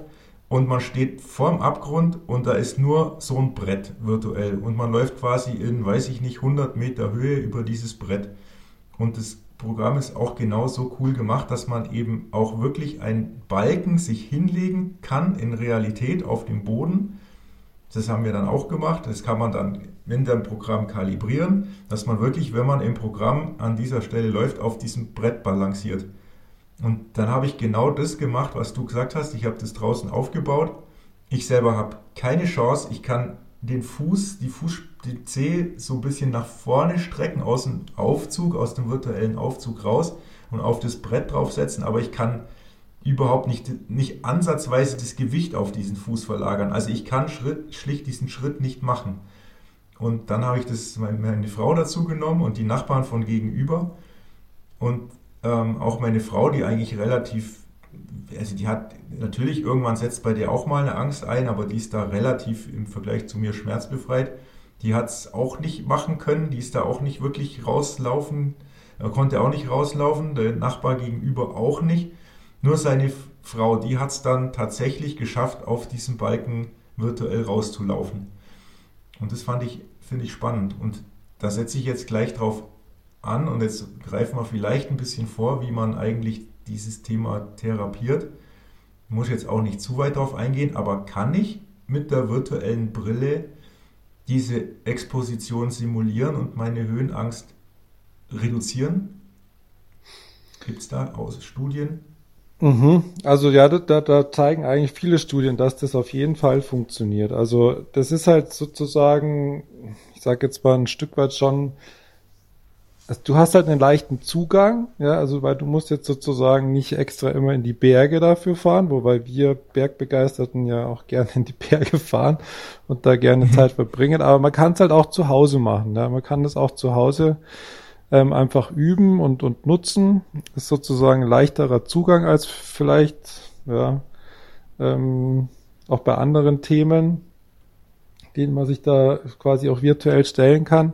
Speaker 3: und man steht vorm Abgrund und da ist nur so ein Brett virtuell und man läuft quasi in, weiß ich nicht, 100 Meter Höhe über dieses Brett. Und das Programm ist auch genauso cool gemacht, dass man eben auch wirklich einen Balken sich hinlegen kann in Realität auf dem Boden. Das haben wir dann auch gemacht. Das kann man dann in dem Programm kalibrieren, dass man wirklich, wenn man im Programm an dieser Stelle läuft, auf diesem Brett balanciert. Und dann habe ich genau das gemacht, was du gesagt hast. Ich habe das draußen aufgebaut. Ich selber habe keine Chance. Ich kann den die Zehe so ein bisschen nach vorne strecken aus dem Aufzug, aus dem virtuellen Aufzug raus und auf das Brett draufsetzen, aber ich kann überhaupt nicht ansatzweise das Gewicht auf diesen Fuß verlagern. Also ich kann schlicht diesen Schritt nicht machen. Und dann habe ich meine Frau dazu genommen und die Nachbarn von gegenüber und auch meine Frau, die eigentlich relativ, also die hat natürlich, irgendwann setzt bei der auch mal eine Angst ein, aber die ist da relativ im Vergleich zu mir schmerzbefreit. Die hat es auch nicht machen können, die ist da auch nicht wirklich rauslaufen, konnte auch nicht rauslaufen, der Nachbar gegenüber auch nicht. Nur seine Frau, die hat es dann tatsächlich geschafft, auf diesem Balken virtuell rauszulaufen. Und das finde ich spannend. Und da setze ich jetzt gleich drauf an und jetzt greifen wir vielleicht ein bisschen vor, wie man eigentlich dieses Thema therapiert. Ich muss jetzt auch nicht zu weit drauf eingehen, aber kann ich mit der virtuellen Brille diese Exposition simulieren und meine Höhenangst reduzieren? Gibt es da aus Studien?
Speaker 1: Also ja, da zeigen eigentlich viele Studien, dass das auf jeden Fall funktioniert. Also das ist halt sozusagen, ich sage jetzt mal ein Stück weit schon, also du hast halt einen leichten Zugang, ja, also weil du musst jetzt sozusagen nicht extra immer in die Berge dafür fahren, wobei wir Bergbegeisterten ja auch gerne in die Berge fahren und da gerne Zeit verbringen, aber man kann es halt auch zu Hause machen, ja, man kann das auch zu Hause einfach üben und nutzen, ist sozusagen ein leichterer Zugang als vielleicht, ja, auch bei anderen Themen, denen man sich da quasi auch virtuell stellen kann,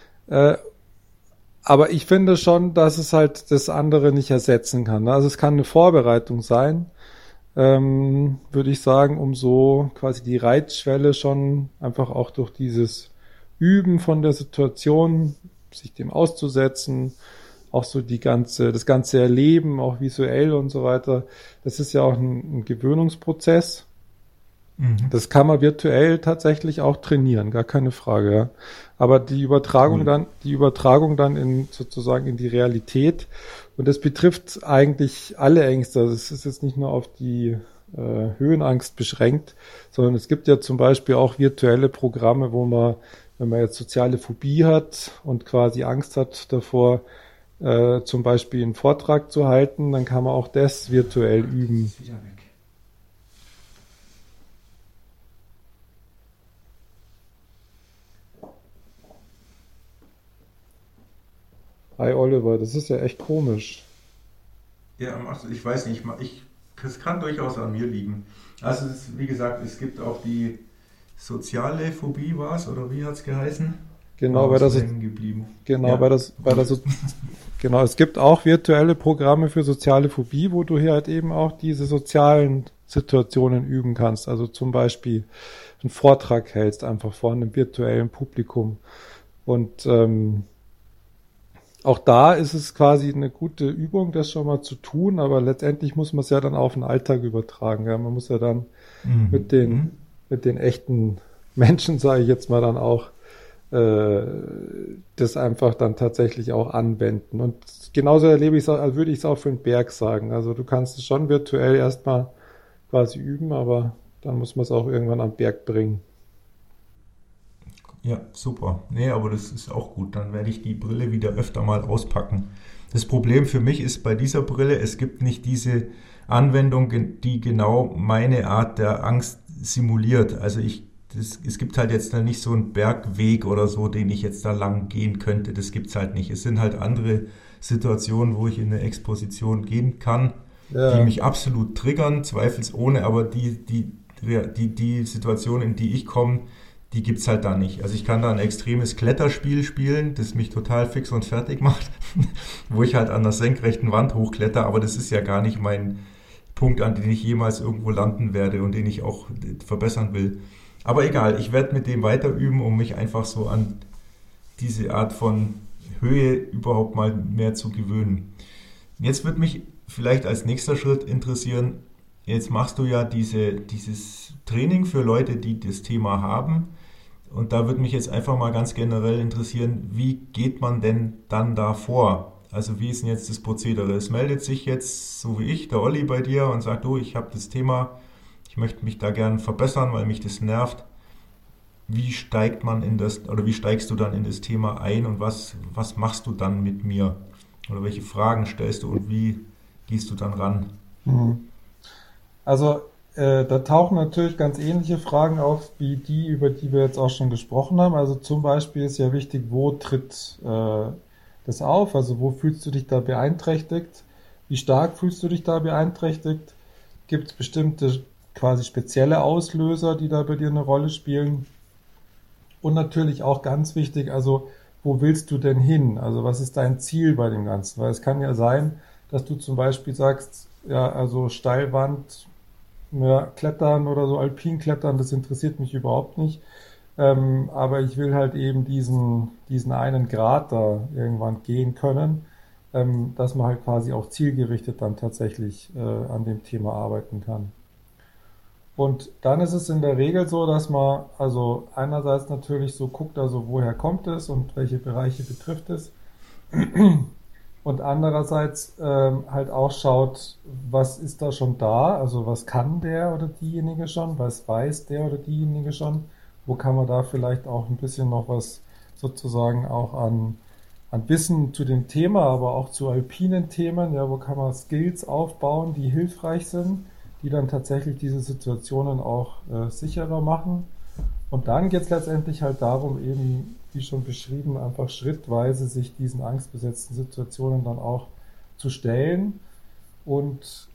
Speaker 1: aber ich finde schon, dass es halt das andere nicht ersetzen kann. Also es kann eine Vorbereitung sein, würde ich sagen, um so quasi die Reizschwelle schon einfach auch durch dieses Üben von der Situation, sich dem auszusetzen, auch so das ganze Erleben, auch visuell und so weiter. Das ist ja auch ein Gewöhnungsprozess. Das kann man virtuell tatsächlich auch trainieren, gar keine Frage, ja. Aber die Übertragung dann in sozusagen in die Realität, und das betrifft eigentlich alle Ängste. Also es ist jetzt nicht nur auf die Höhenangst beschränkt, sondern es gibt ja zum Beispiel auch virtuelle Programme, wo man, wenn man jetzt soziale Phobie hat und quasi Angst hat davor, zum Beispiel einen Vortrag zu halten, dann kann man auch das virtuell üben. Hi Oliver, das ist ja echt komisch.
Speaker 3: Ja, ich weiß nicht, es kann durchaus an mir liegen. Also wie gesagt, es gibt auch die soziale Phobie, oder wie hat es geheißen?
Speaker 1: Genau, genau, es gibt auch virtuelle Programme für soziale Phobie, wo du hier halt eben auch diese sozialen Situationen üben kannst. Also zum Beispiel einen Vortrag hältst einfach vor einem virtuellen Publikum. Und auch da ist es quasi eine gute Übung, das schon mal zu tun, aber letztendlich muss man es ja dann auf den Alltag übertragen. Ja? Man muss ja dann mit den echten Menschen, sage ich jetzt mal, dann auch das einfach dann tatsächlich auch anwenden. Und genauso erlebe ich es auch, als würde ich es auch für den Berg sagen. Also du kannst es schon virtuell erstmal quasi üben, aber dann muss man es auch irgendwann am Berg bringen.
Speaker 3: Ja, super. Nee, aber das ist auch gut. Dann werde ich die Brille wieder öfter mal auspacken. Das Problem für mich ist bei dieser Brille, es gibt nicht diese Anwendung, die genau meine Art der Angst simuliert. Also es gibt halt jetzt da nicht so einen Bergweg oder so, den ich jetzt da lang gehen könnte. Das gibt's halt nicht. Es sind halt andere Situationen, wo ich in eine Exposition gehen kann, die mich absolut triggern, zweifelsohne, aber die Situation, in die ich komme, die gibt's halt da nicht. Also ich kann da ein extremes Kletterspiel spielen, das mich total fix und fertig macht, wo ich halt an der senkrechten Wand hochkletter, aber das ist ja gar nicht Punkt, an den ich jemals irgendwo landen werde und den ich auch verbessern will. Aber egal, ich werde mit dem weiter üben, um mich einfach so an diese Art von Höhe überhaupt mal mehr zu gewöhnen. Jetzt wird mich vielleicht als nächster Schritt interessieren, jetzt machst du ja dieses Training für Leute, die das Thema haben. Und da würde mich jetzt einfach mal ganz generell interessieren, wie geht man denn dann da vor? Also wie ist denn jetzt das Prozedere? Es meldet sich jetzt, so wie ich, der Olli bei dir und sagt, du, ich habe das Thema, ich möchte mich da gern verbessern, weil mich das nervt. Wie steigt man in das, oder wie steigst du dann in das Thema ein und was machst du dann mit mir? Oder welche Fragen stellst du und wie gehst du dann ran?
Speaker 1: Also da tauchen natürlich ganz ähnliche Fragen auf, wie die, über die wir jetzt auch schon gesprochen haben. Also zum Beispiel ist ja wichtig, wo tritt das auf? Also wo fühlst du dich da beeinträchtigt? Wie stark fühlst du dich da beeinträchtigt? Gibt es bestimmte quasi spezielle Auslöser, die da bei dir eine Rolle spielen? Und natürlich auch ganz wichtig, also wo willst du denn hin? Also was ist dein Ziel bei dem Ganzen? Weil es kann ja sein, dass du zum Beispiel sagst, ja, also Steilwand, ja, Klettern oder so, Alpinklettern, das interessiert mich überhaupt nicht. Aber ich will halt eben diesen einen Grad da irgendwann gehen können, dass man halt quasi auch zielgerichtet dann tatsächlich an dem Thema arbeiten kann. Und dann ist es in der Regel so, dass man also einerseits natürlich so guckt, also woher kommt es und welche Bereiche betrifft es. Und andererseits halt auch schaut, was ist da schon da, also was kann der oder diejenige schon, was weiß der oder diejenige schon, wo kann man da vielleicht auch ein bisschen noch was sozusagen auch an Wissen zu dem Thema, aber auch zu alpinen Themen, ja, wo kann man Skills aufbauen, die hilfreich sind, die dann tatsächlich diese Situationen auch sicherer machen. Und dann geht es letztendlich halt darum, eben, wie schon beschrieben, einfach schrittweise sich diesen angstbesetzten Situationen dann auch zu stellen und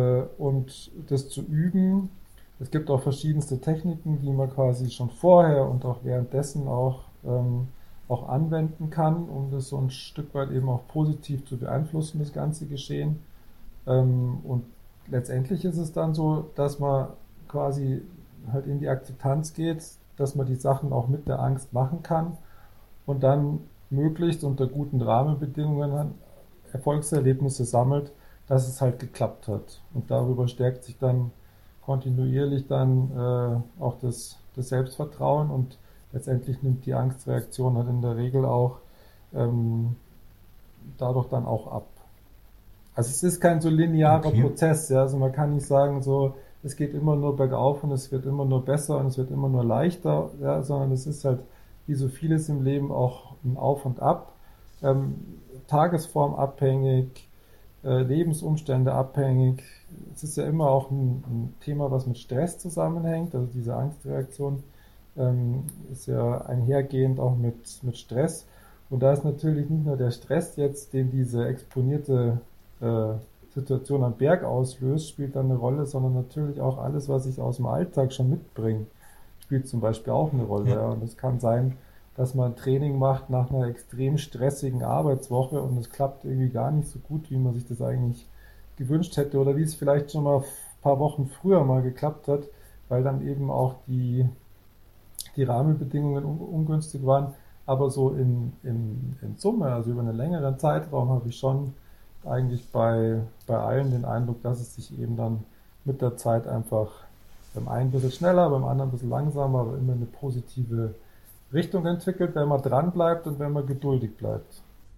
Speaker 1: das zu üben. Es gibt auch verschiedenste Techniken, die man quasi schon vorher und auch währenddessen auch anwenden kann, um das so ein Stück weit eben auch positiv zu beeinflussen, das ganze Geschehen. Und letztendlich ist es dann so, dass man quasi halt in die Akzeptanz geht, dass man die Sachen auch mit der Angst machen kann und dann möglichst unter guten Rahmenbedingungen Erfolgserlebnisse sammelt, dass es halt geklappt hat. Und darüber stärkt sich dann kontinuierlich dann auch das Selbstvertrauen und letztendlich nimmt die Angstreaktion halt in der Regel auch dadurch dann auch ab. Also es ist kein so linearer Prozess, ja. Also man kann nicht sagen, so, es geht immer nur bergauf und es wird immer nur besser und es wird immer nur leichter, ja, sondern es ist halt wie so vieles im Leben auch ein Auf und Ab, Tagesform abhängig, Lebensumstände abhängig. Es ist ja immer auch ein Thema, was mit Stress zusammenhängt, also diese Angstreaktion ist ja einhergehend auch mit Stress. Und da ist natürlich nicht nur der Stress jetzt, den diese exponierte Situation am Berg auslöst, spielt dann eine Rolle, sondern natürlich auch alles, was ich aus dem Alltag schon mitbringe, spielt zum Beispiel auch eine Rolle. Ja. Und es kann sein, dass man ein Training macht nach einer extrem stressigen Arbeitswoche und es klappt irgendwie gar nicht so gut, wie man sich das eigentlich gewünscht hätte oder wie es vielleicht schon mal ein paar Wochen früher mal geklappt hat, weil dann eben auch die Rahmenbedingungen ungünstig waren. Aber so in Summe, also über einen längeren Zeitraum, habe ich schon eigentlich bei allen den Eindruck, dass es sich eben dann mit der Zeit einfach beim einen ein bisschen schneller, beim anderen ein bisschen langsamer, aber immer eine positive Richtung entwickelt, wenn man dran bleibt und wenn man geduldig bleibt.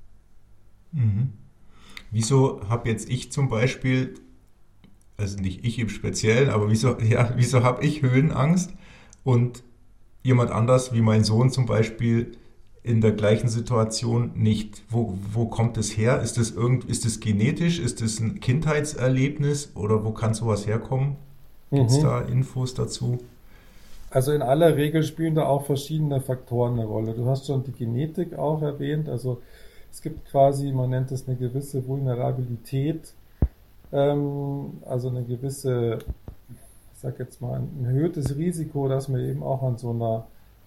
Speaker 3: Mhm. Wieso habe jetzt ich zum Beispiel, also nicht ich im Speziellen, aber wieso habe ich Höhenangst und jemand anders wie mein Sohn zum Beispiel in der gleichen Situation nicht? Wo kommt es her? Ist das genetisch? Ist das ein Kindheitserlebnis? Oder wo kann sowas herkommen? Gibt es da Infos dazu?
Speaker 1: Also in aller Regel spielen da auch verschiedene Faktoren eine Rolle. Du hast schon die Genetik auch erwähnt. Also es gibt quasi, man nennt es eine gewisse Vulnerabilität, also eine gewisse, ich sag jetzt mal, ein erhöhtes Risiko, dass man eben auch an so einer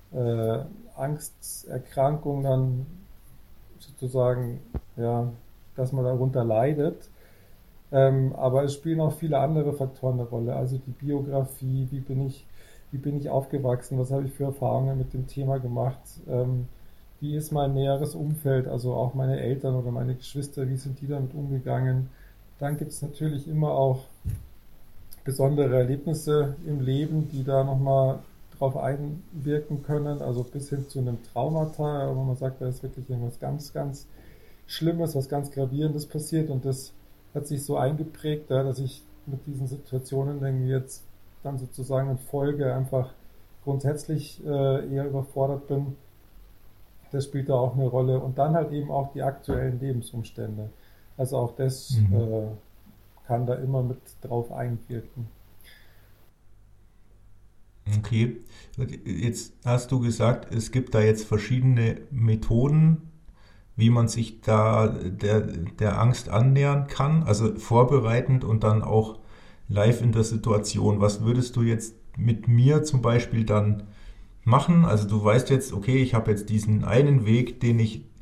Speaker 1: Angsterkrankung dann sozusagen, ja, dass man darunter leidet. Aber es spielen auch viele andere Faktoren eine Rolle. Also die Biografie, wie bin ich aufgewachsen, was habe ich für Erfahrungen mit dem Thema gemacht, wie ist mein näheres Umfeld, also auch meine Eltern oder meine Geschwister, wie sind die damit umgegangen. Dann gibt es natürlich immer auch besondere Erlebnisse im Leben, die da nochmal drauf einwirken können, also bis hin zu einem Traumata, wo man sagt, da ist wirklich irgendwas ganz, ganz Schlimmes, was ganz Gravierendes passiert und das hat sich so eingeprägt, ja, dass ich mit diesen Situationen irgendwie jetzt dann sozusagen in Folge einfach grundsätzlich eher überfordert bin. Das spielt da auch eine Rolle. Und dann halt eben auch die aktuellen Lebensumstände. Also auch das kann da immer mit drauf einwirken.
Speaker 3: Okay, jetzt hast du gesagt, es gibt da jetzt verschiedene Methoden, wie man sich da der Angst annähern kann, also vorbereitend und dann auch live in der Situation. Was würdest du jetzt mit mir zum Beispiel dann machen? Also du weißt jetzt, okay, ich habe jetzt diesen einen Weg, den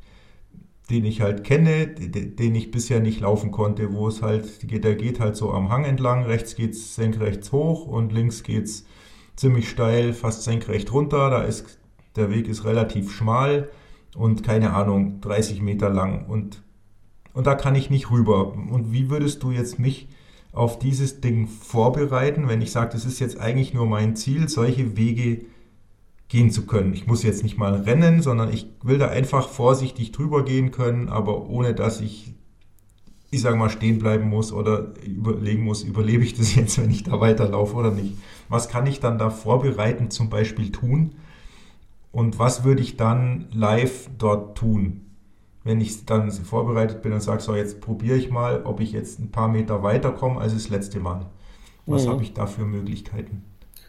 Speaker 3: ich halt kenne, den ich bisher nicht laufen konnte, wo es halt, der geht halt so am Hang entlang, rechts geht's senkrecht hoch und links geht's ziemlich steil, fast senkrecht runter, der Weg ist relativ schmal und keine Ahnung, 30 Meter lang und da kann ich nicht rüber. Und wie würdest du jetzt mich auf dieses Ding vorbereiten, wenn ich sage, das ist jetzt eigentlich nur mein Ziel, solche Wege gehen zu können. Ich muss jetzt nicht mal rennen, sondern ich will da einfach vorsichtig drüber gehen können, aber ohne dass ich sage mal, stehen bleiben muss oder überlegen muss, überlebe ich das jetzt, wenn ich da weiterlaufe oder nicht. Was kann ich dann da vorbereitend zum Beispiel tun und was würde ich dann live dort tun, wenn ich dann vorbereitet bin und sage, so jetzt probiere ich mal, ob ich jetzt ein paar Meter weiterkomme als das letzte Mal. Was habe ich da für Möglichkeiten?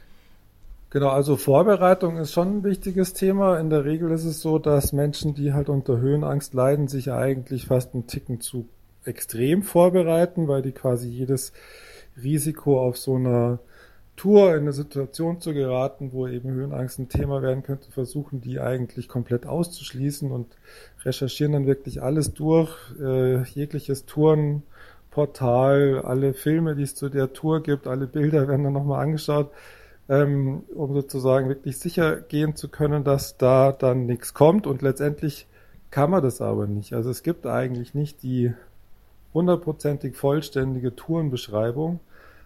Speaker 1: Genau, also Vorbereitung ist schon ein wichtiges Thema. In der Regel ist es so, dass Menschen, die halt unter Höhenangst leiden, sich eigentlich fast einen Ticken zu extrem vorbereiten, weil die quasi jedes Risiko auf so einer Tour in eine Situation zu geraten, wo eben Höhenangst ein Thema werden könnte, versuchen die eigentlich komplett auszuschließen und recherchieren dann wirklich alles durch, jegliches Tourenportal, alle Filme, die es zu der Tour gibt, alle Bilder werden dann nochmal angeschaut, um sozusagen wirklich sicher gehen zu können, dass da dann nichts kommt und letztendlich kann man das aber nicht. Also es gibt eigentlich nicht die 100%ig vollständige Tourenbeschreibung.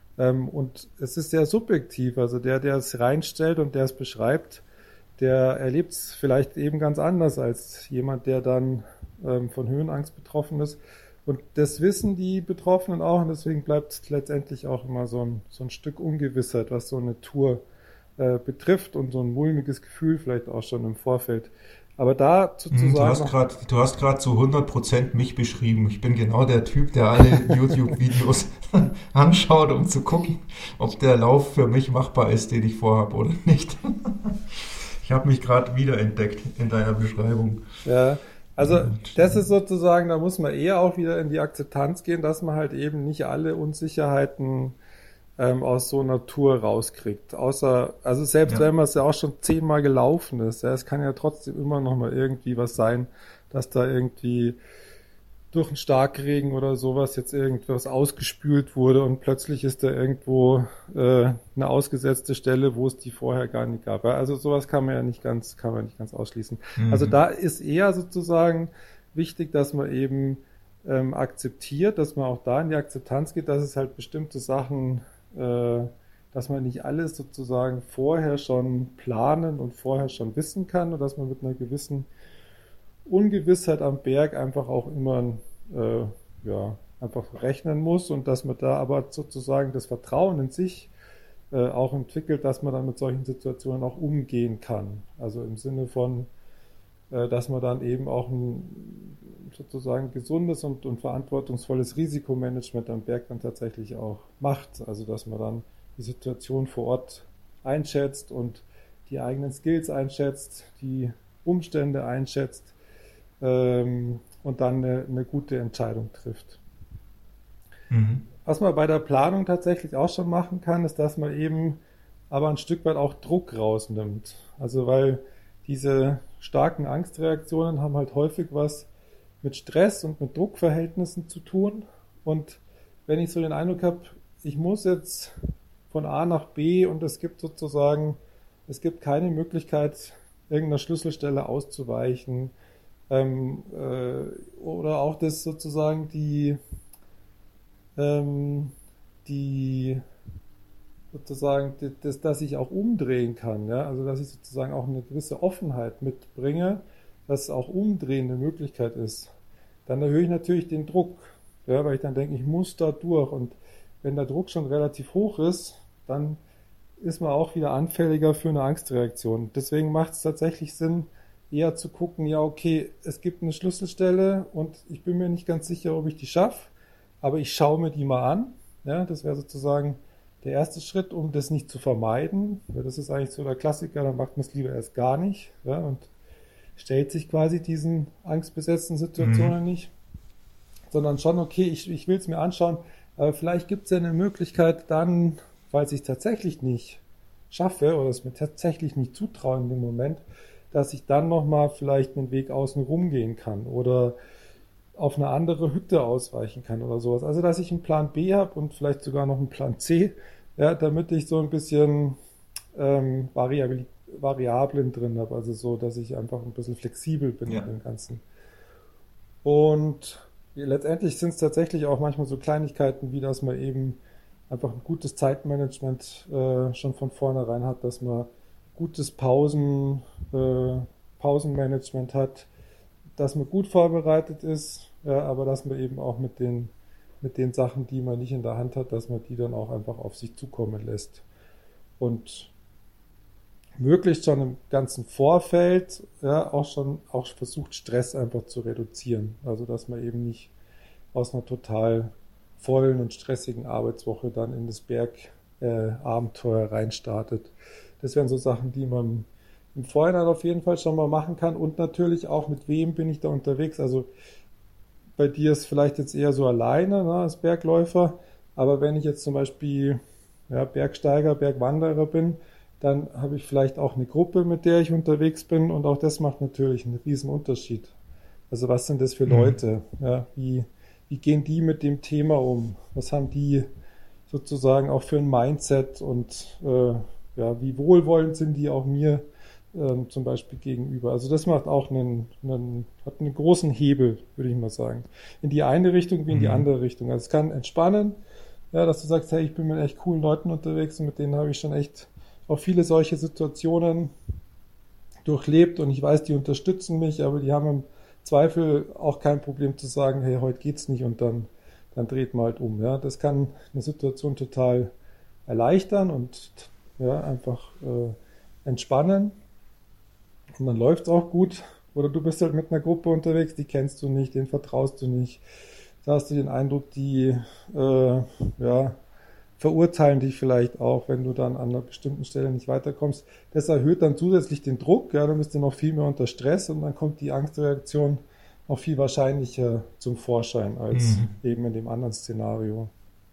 Speaker 1: Und es ist sehr subjektiv. Also der es reinstellt und der es beschreibt, der erlebt es vielleicht eben ganz anders als jemand, der dann von Höhenangst betroffen ist. Und das wissen die Betroffenen auch und deswegen bleibt letztendlich auch immer so ein Stück Ungewissheit, was so eine Tour betrifft und so ein mulmiges Gefühl vielleicht auch schon im Vorfeld. Aber da sozusagen...
Speaker 3: Du hast gerade zu 100% mich beschrieben. Ich bin genau der Typ, der alle YouTube-Videos anschaut, um zu gucken, ob der Lauf für mich machbar ist, den ich vorhabe oder nicht. Ich habe mich gerade wiederentdeckt in deiner Beschreibung.
Speaker 1: Ja, also das ist sozusagen, da muss man eher auch wieder in die Akzeptanz gehen, dass man halt eben nicht alle Unsicherheiten aus so einer Tour rauskriegt. Also selbst wenn man es ja auch schon 10-mal gelaufen ist, ja, es kann ja trotzdem immer noch mal irgendwie was sein, dass da irgendwie durch einen Starkregen oder sowas jetzt irgendwas ausgespült wurde und plötzlich ist da irgendwo eine ausgesetzte Stelle, wo es die vorher gar nicht gab. Also sowas kann man nicht ganz ausschließen. Also da ist eher sozusagen wichtig, dass man eben akzeptiert, dass man auch da in die Akzeptanz geht, dass es halt bestimmte Sachen dass man nicht alles sozusagen vorher schon planen und vorher schon wissen kann und dass man mit einer gewissen Ungewissheit am Berg einfach auch immer einfach rechnen muss und dass man da aber sozusagen das Vertrauen in sich auch entwickelt, dass man dann mit solchen Situationen auch umgehen kann. Also im Sinne von, dass man dann eben auch ein sozusagen gesundes und verantwortungsvolles Risikomanagement am Berg dann tatsächlich auch macht. Also dass man dann die Situation vor Ort einschätzt und die eigenen Skills einschätzt, die Umstände einschätzt und dann eine gute Entscheidung trifft. Was man bei der Planung tatsächlich auch schon machen kann, ist, dass man eben aber ein Stück weit auch Druck rausnimmt. Also weil diese starken Angstreaktionen haben halt häufig was mit Stress und mit Druckverhältnissen zu tun und wenn ich so den Eindruck habe, ich muss jetzt von A nach B und es gibt keine Möglichkeit, irgendeiner Schlüsselstelle auszuweichen, oder auch das sozusagen dass ich auch umdrehen kann, ja, also dass ich sozusagen auch eine gewisse Offenheit mitbringe, dass auch Umdrehen eine Möglichkeit ist, dann erhöhe ich natürlich den Druck, ja, weil ich dann denke, ich muss da durch, und wenn der Druck schon relativ hoch ist, dann ist man auch wieder anfälliger für eine Angstreaktion. Deswegen macht es tatsächlich Sinn, eher zu gucken, ja okay, es gibt eine Schlüsselstelle und ich bin mir nicht ganz sicher, ob ich die schaffe, aber ich schaue mir die mal an. Ja, das wäre sozusagen der erste Schritt, um das nicht zu vermeiden, weil das ist eigentlich so der Klassiker, dann macht man es lieber erst gar nicht, ja, und stellt sich quasi diesen angstbesetzten Situationen nicht, sondern schon, okay, ich will es mir anschauen, aber vielleicht gibt es ja eine Möglichkeit dann, falls ich es tatsächlich nicht schaffe oder es mir tatsächlich nicht zutraue in dem Moment, dass ich dann nochmal vielleicht einen Weg außen rum gehen kann oder auf eine andere Hütte ausweichen kann oder sowas. Also, dass ich einen Plan B habe und vielleicht sogar noch einen Plan C, ja, damit ich so ein bisschen Variablen drin habe, also so, dass ich einfach ein bisschen flexibel bin in dem Ganzen. Und letztendlich sind es tatsächlich auch manchmal so Kleinigkeiten, wie dass man eben einfach ein gutes Zeitmanagement schon von vornherein hat, dass man gutes Pausenmanagement hat, dass man gut vorbereitet ist, ja, aber dass man eben auch mit den Sachen, die man nicht in der Hand hat, dass man die dann auch einfach auf sich zukommen lässt. Und möglichst schon im ganzen Vorfeld, ja, auch versucht, Stress einfach zu reduzieren. Also, dass man eben nicht aus einer total vollen und stressigen Arbeitswoche dann in das Bergabenteuer reinstartet. Das wären so Sachen, die man im Vorhinein auf jeden Fall schon mal machen kann, und natürlich auch, mit wem bin ich da unterwegs. Also bei dir ist vielleicht jetzt eher so alleine, ne, als Bergläufer, aber wenn ich jetzt zum Beispiel Bergsteiger, Bergwanderer bin, dann habe ich vielleicht auch eine Gruppe, mit der ich unterwegs bin, und auch das macht natürlich einen riesen Unterschied. Also was sind das für Leute? Ja, wie gehen die mit dem Thema um? Was haben die sozusagen auch für ein Mindset, und wie wohlwollend sind die auch mir zum Beispiel gegenüber? Also das macht auch hat einen großen Hebel, würde ich mal sagen. In die eine Richtung wie in die andere Richtung. Also es kann entspannen, ja, dass du sagst, hey, ich bin mit echt coolen Leuten unterwegs und mit denen habe ich schon echt auch viele solche Situationen durchlebt und ich weiß, die unterstützen mich, aber die haben im Zweifel auch kein Problem zu sagen, hey, heute geht's nicht, und dann dreht man halt um. Ja. Das kann eine Situation total erleichtern und ja, einfach entspannen. Und dann läuft's auch gut. Oder du bist halt mit einer Gruppe unterwegs, die kennst du nicht, denen vertraust du nicht. Da hast du den Eindruck, die verurteilen dich vielleicht auch, wenn du dann an einer bestimmten Stelle nicht weiterkommst. Das erhöht dann zusätzlich den Druck, ja, dann bist du noch viel mehr unter Stress und dann kommt die Angstreaktion noch viel wahrscheinlicher zum Vorschein als eben in dem anderen Szenario.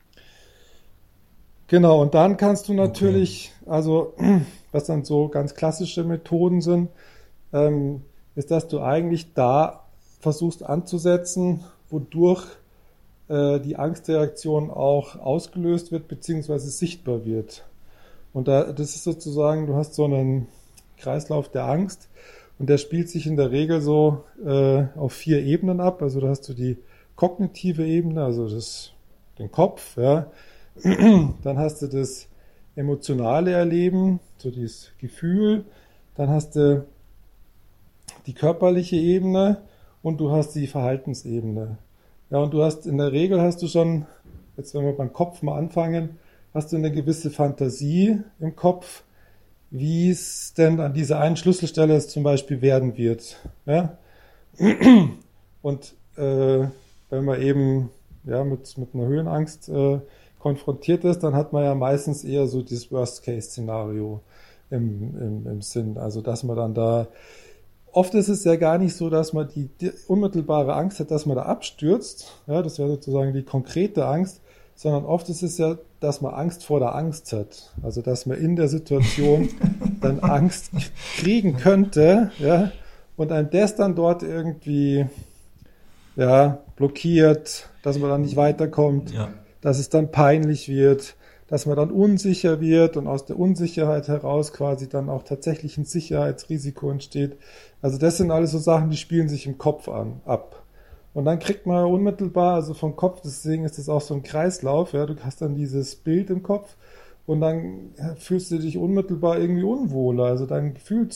Speaker 1: Genau, und dann kannst du natürlich, also was dann so ganz klassische Methoden sind, ist, dass du eigentlich da versuchst anzusetzen, wodurch die Angstreaktion auch ausgelöst wird beziehungsweise sichtbar wird. Und das ist sozusagen, du hast so einen Kreislauf der Angst und der spielt sich in der Regel so auf 4 Ebenen ab. Also da hast du die kognitive Ebene, also den Kopf, ja. Dann hast du das emotionale Erleben, so dieses Gefühl. Dann hast du die körperliche Ebene und du hast die Verhaltensebene. Ja, und in der Regel hast du schon, jetzt wenn wir beim Kopf mal anfangen, hast du eine gewisse Fantasie im Kopf, wie es denn an dieser einen Schlüsselstelle zum Beispiel werden wird. Ja? Und wenn man eben mit einer Höhenangst konfrontiert ist, dann hat man ja meistens eher so dieses Worst-Case-Szenario im Sinn. Also dass man dann da, oft ist es ja gar nicht so, dass man die unmittelbare Angst hat, dass man da abstürzt. Ja, das wäre sozusagen die konkrete Angst, sondern oft ist es ja, dass man Angst vor der Angst hat. Also dass man in der Situation dann Angst kriegen könnte, ja, und einem das dann dort irgendwie blockiert, dass man dann nicht weiterkommt. Ja. dass es dann peinlich wird, dass man dann unsicher wird und aus der Unsicherheit heraus quasi dann auch tatsächlich ein Sicherheitsrisiko entsteht. Also das sind alles so Sachen, die spielen sich im Kopf ab. Und dann kriegt man unmittelbar, also vom Kopf, deswegen ist das auch so ein Kreislauf, ja, du hast dann dieses Bild im Kopf und dann fühlst du dich unmittelbar irgendwie unwohler. Also deine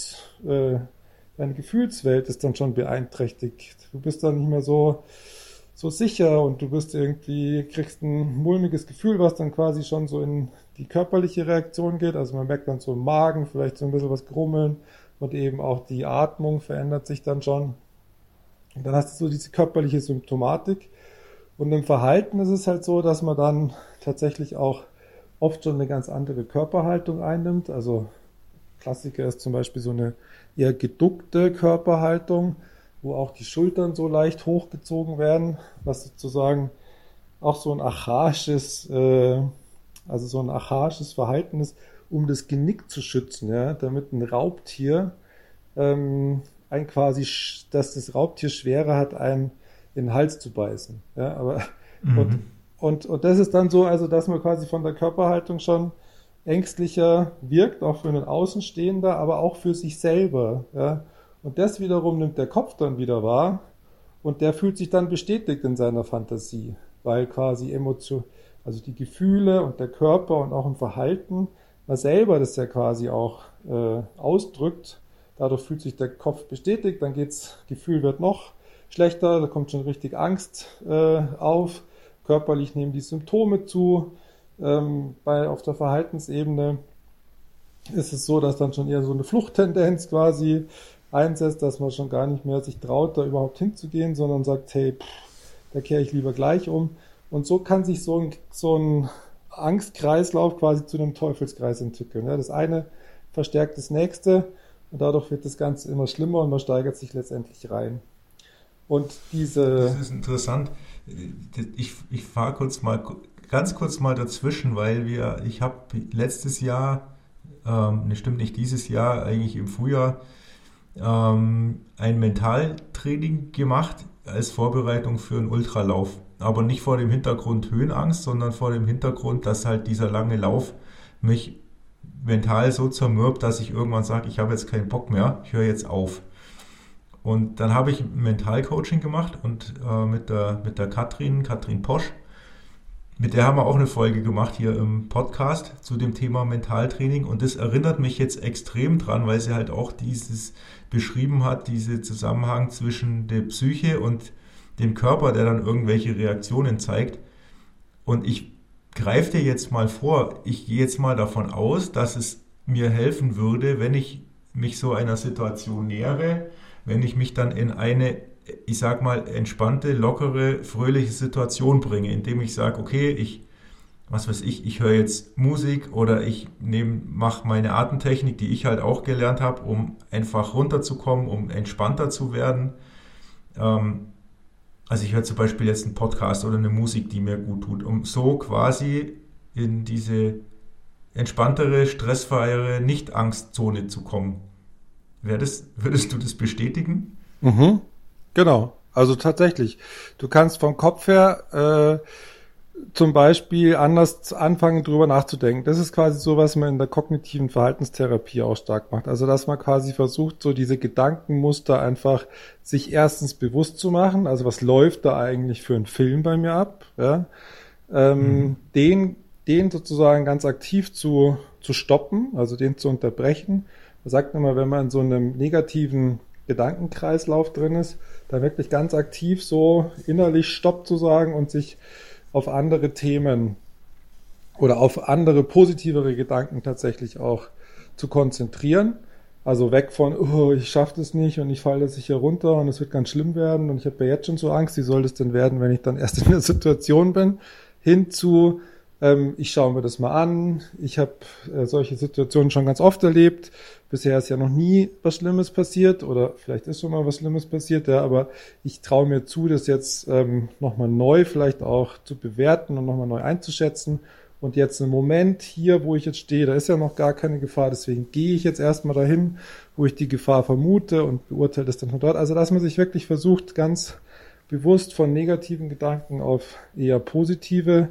Speaker 1: Gefühlswelt ist dann schon beeinträchtigt. Du bist dann nicht mehr so sicher und du kriegst ein mulmiges Gefühl, was dann quasi schon so in die körperliche Reaktion geht. Also man merkt dann so im Magen, vielleicht so ein bisschen was grummeln und eben auch die Atmung verändert sich dann schon. Und dann hast du so diese körperliche Symptomatik. Und im Verhalten ist es halt so, dass man dann tatsächlich auch oft schon eine ganz andere Körperhaltung einnimmt. Also Klassiker ist zum Beispiel so eine eher geduckte Körperhaltung, wo auch die Schultern so leicht hochgezogen werden, was sozusagen auch so ein archaisches Verhalten ist, um das Genick zu schützen, ja, damit ein Raubtier dass das Raubtier schwerer hat, einen in den Hals zu beißen. Ja, aber und das ist dann so, also dass man quasi von der Körperhaltung schon ängstlicher wirkt, auch für einen Außenstehender, aber auch für sich selber. Ja. Und das wiederum nimmt der Kopf dann wieder wahr und der fühlt sich dann bestätigt in seiner Fantasie, weil quasi also die Gefühle und der Körper und auch im Verhalten, man selber das ja quasi auch ausdrückt. Dadurch fühlt sich der Kopf bestätigt, dann Gefühl wird noch schlechter, da kommt schon richtig Angst auf. Körperlich nehmen die Symptome zu. Auf der Verhaltensebene ist es so, dass dann schon eher so eine Fluchttendenz quasi einsetzt, dass man schon gar nicht mehr sich traut, da überhaupt hinzugehen, sondern sagt, hey, da kehre ich lieber gleich um. Und so kann sich so ein Angstkreislauf quasi zu einem Teufelskreis entwickeln. Ja, das eine verstärkt das nächste und dadurch wird das Ganze immer schlimmer und man steigert sich letztendlich rein. Und das
Speaker 3: ist interessant. Ich fahre ganz kurz mal dazwischen, weil ich habe letztes Jahr, stimmt nicht, dieses Jahr, eigentlich im Frühjahr, ein Mentaltraining gemacht als Vorbereitung für einen Ultralauf. Aber nicht vor dem Hintergrund Höhenangst, sondern vor dem Hintergrund, dass halt dieser lange Lauf mich mental so zermürbt, dass ich irgendwann sage, ich habe jetzt keinen Bock mehr, ich höre jetzt auf. Und dann habe ich ein Mentalcoaching gemacht und mit der Katrin Posch, mit der haben wir auch eine Folge gemacht hier im Podcast zu dem Thema Mentaltraining und das erinnert mich jetzt extrem dran, weil sie halt auch dieses beschrieben hat, diesen Zusammenhang zwischen der Psyche und dem Körper, der dann irgendwelche Reaktionen zeigt. Und ich greife dir jetzt mal vor, ich gehe jetzt mal davon aus, dass es mir helfen würde, wenn ich mich so einer Situation nähere, wenn ich mich dann in eine, ich sag mal, entspannte, lockere, fröhliche Situation bringe, indem ich sage, okay, ich höre jetzt Musik oder ich mache meine Atemtechnik, die ich halt auch gelernt habe, um einfach runterzukommen, um entspannter zu werden. Also ich höre zum Beispiel jetzt einen Podcast oder eine Musik, die mir gut tut, um so quasi in diese entspanntere, stressfreiere Nicht-Angstzone zu kommen. Würdest du das bestätigen?
Speaker 1: Mhm. Genau, also tatsächlich. Du kannst vom Kopf her zum Beispiel anders anfangen, drüber nachzudenken. Das ist quasi so, was man in der kognitiven Verhaltenstherapie auch stark macht. Also dass man quasi versucht, so diese Gedankenmuster einfach sich erstens bewusst zu machen. Also was läuft da eigentlich für einen Film bei mir ab? Ja? Den sozusagen ganz aktiv zu stoppen, also den zu unterbrechen. Man sagt immer, wenn man in so einem negativen Gedankenkreislauf drin ist, da wirklich ganz aktiv so innerlich Stopp zu sagen und sich auf andere Themen oder auf andere positivere Gedanken tatsächlich auch zu konzentrieren. Also weg von, oh, ich schaffe das nicht und ich falle das sicher runter und es wird ganz schlimm werden und ich habe ja jetzt schon so Angst, wie soll das denn werden, wenn ich dann erst in der Situation bin, hin zu, ich schaue mir das mal an, ich habe solche Situationen schon ganz oft erlebt, bisher ist ja noch nie was Schlimmes passiert oder vielleicht ist schon mal was Schlimmes passiert, ja, aber ich traue mir zu, das jetzt nochmal neu vielleicht auch zu bewerten und nochmal neu einzuschätzen und jetzt einen Moment hier, wo ich jetzt stehe, da ist ja noch gar keine Gefahr, deswegen gehe ich jetzt erstmal dahin, wo ich die Gefahr vermute und beurteile das dann von dort. Also dass man sich wirklich versucht, ganz bewusst von negativen Gedanken auf eher positive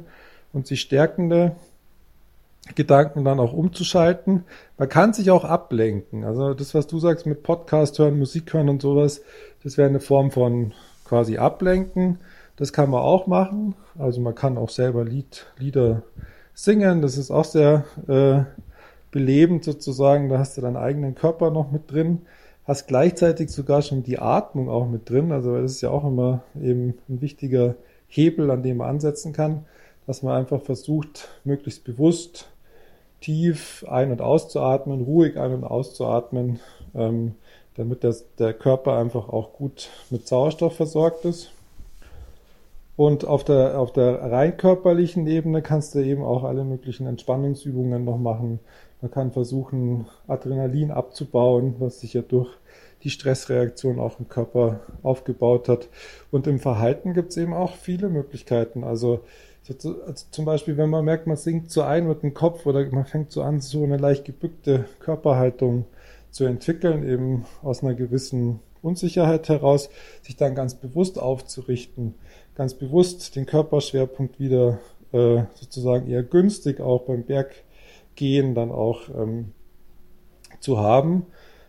Speaker 1: und sich stärkende Gedanken dann auch umzuschalten. Man kann sich auch ablenken. Also das, was du sagst mit Podcast hören, Musik hören und sowas, das wäre eine Form von quasi Ablenken. Das kann man auch machen. Also man kann auch selber Lieder singen. Das ist auch sehr belebend sozusagen. Da hast du deinen eigenen Körper noch mit drin. Hast gleichzeitig sogar schon die Atmung auch mit drin. Also das ist ja auch immer eben ein wichtiger Hebel, an dem man ansetzen kann, dass man einfach versucht, möglichst bewusst tief ein- und auszuatmen, ruhig ein- und auszuatmen, damit der Körper einfach auch gut mit Sauerstoff versorgt ist. Und auf der rein körperlichen Ebene kannst du eben auch alle möglichen Entspannungsübungen noch machen. Man kann versuchen, Adrenalin abzubauen, was sich ja durch die Stressreaktion auch im Körper aufgebaut hat. Und im Verhalten gibt es eben auch viele Möglichkeiten. Also zum Beispiel, wenn man merkt, man sinkt so ein mit dem Kopf oder man fängt so an, so eine leicht gebückte Körperhaltung zu entwickeln, eben aus einer gewissen Unsicherheit heraus, sich dann ganz bewusst aufzurichten, ganz bewusst den Körperschwerpunkt wieder sozusagen eher günstig auch beim Berggehen dann auch zu haben.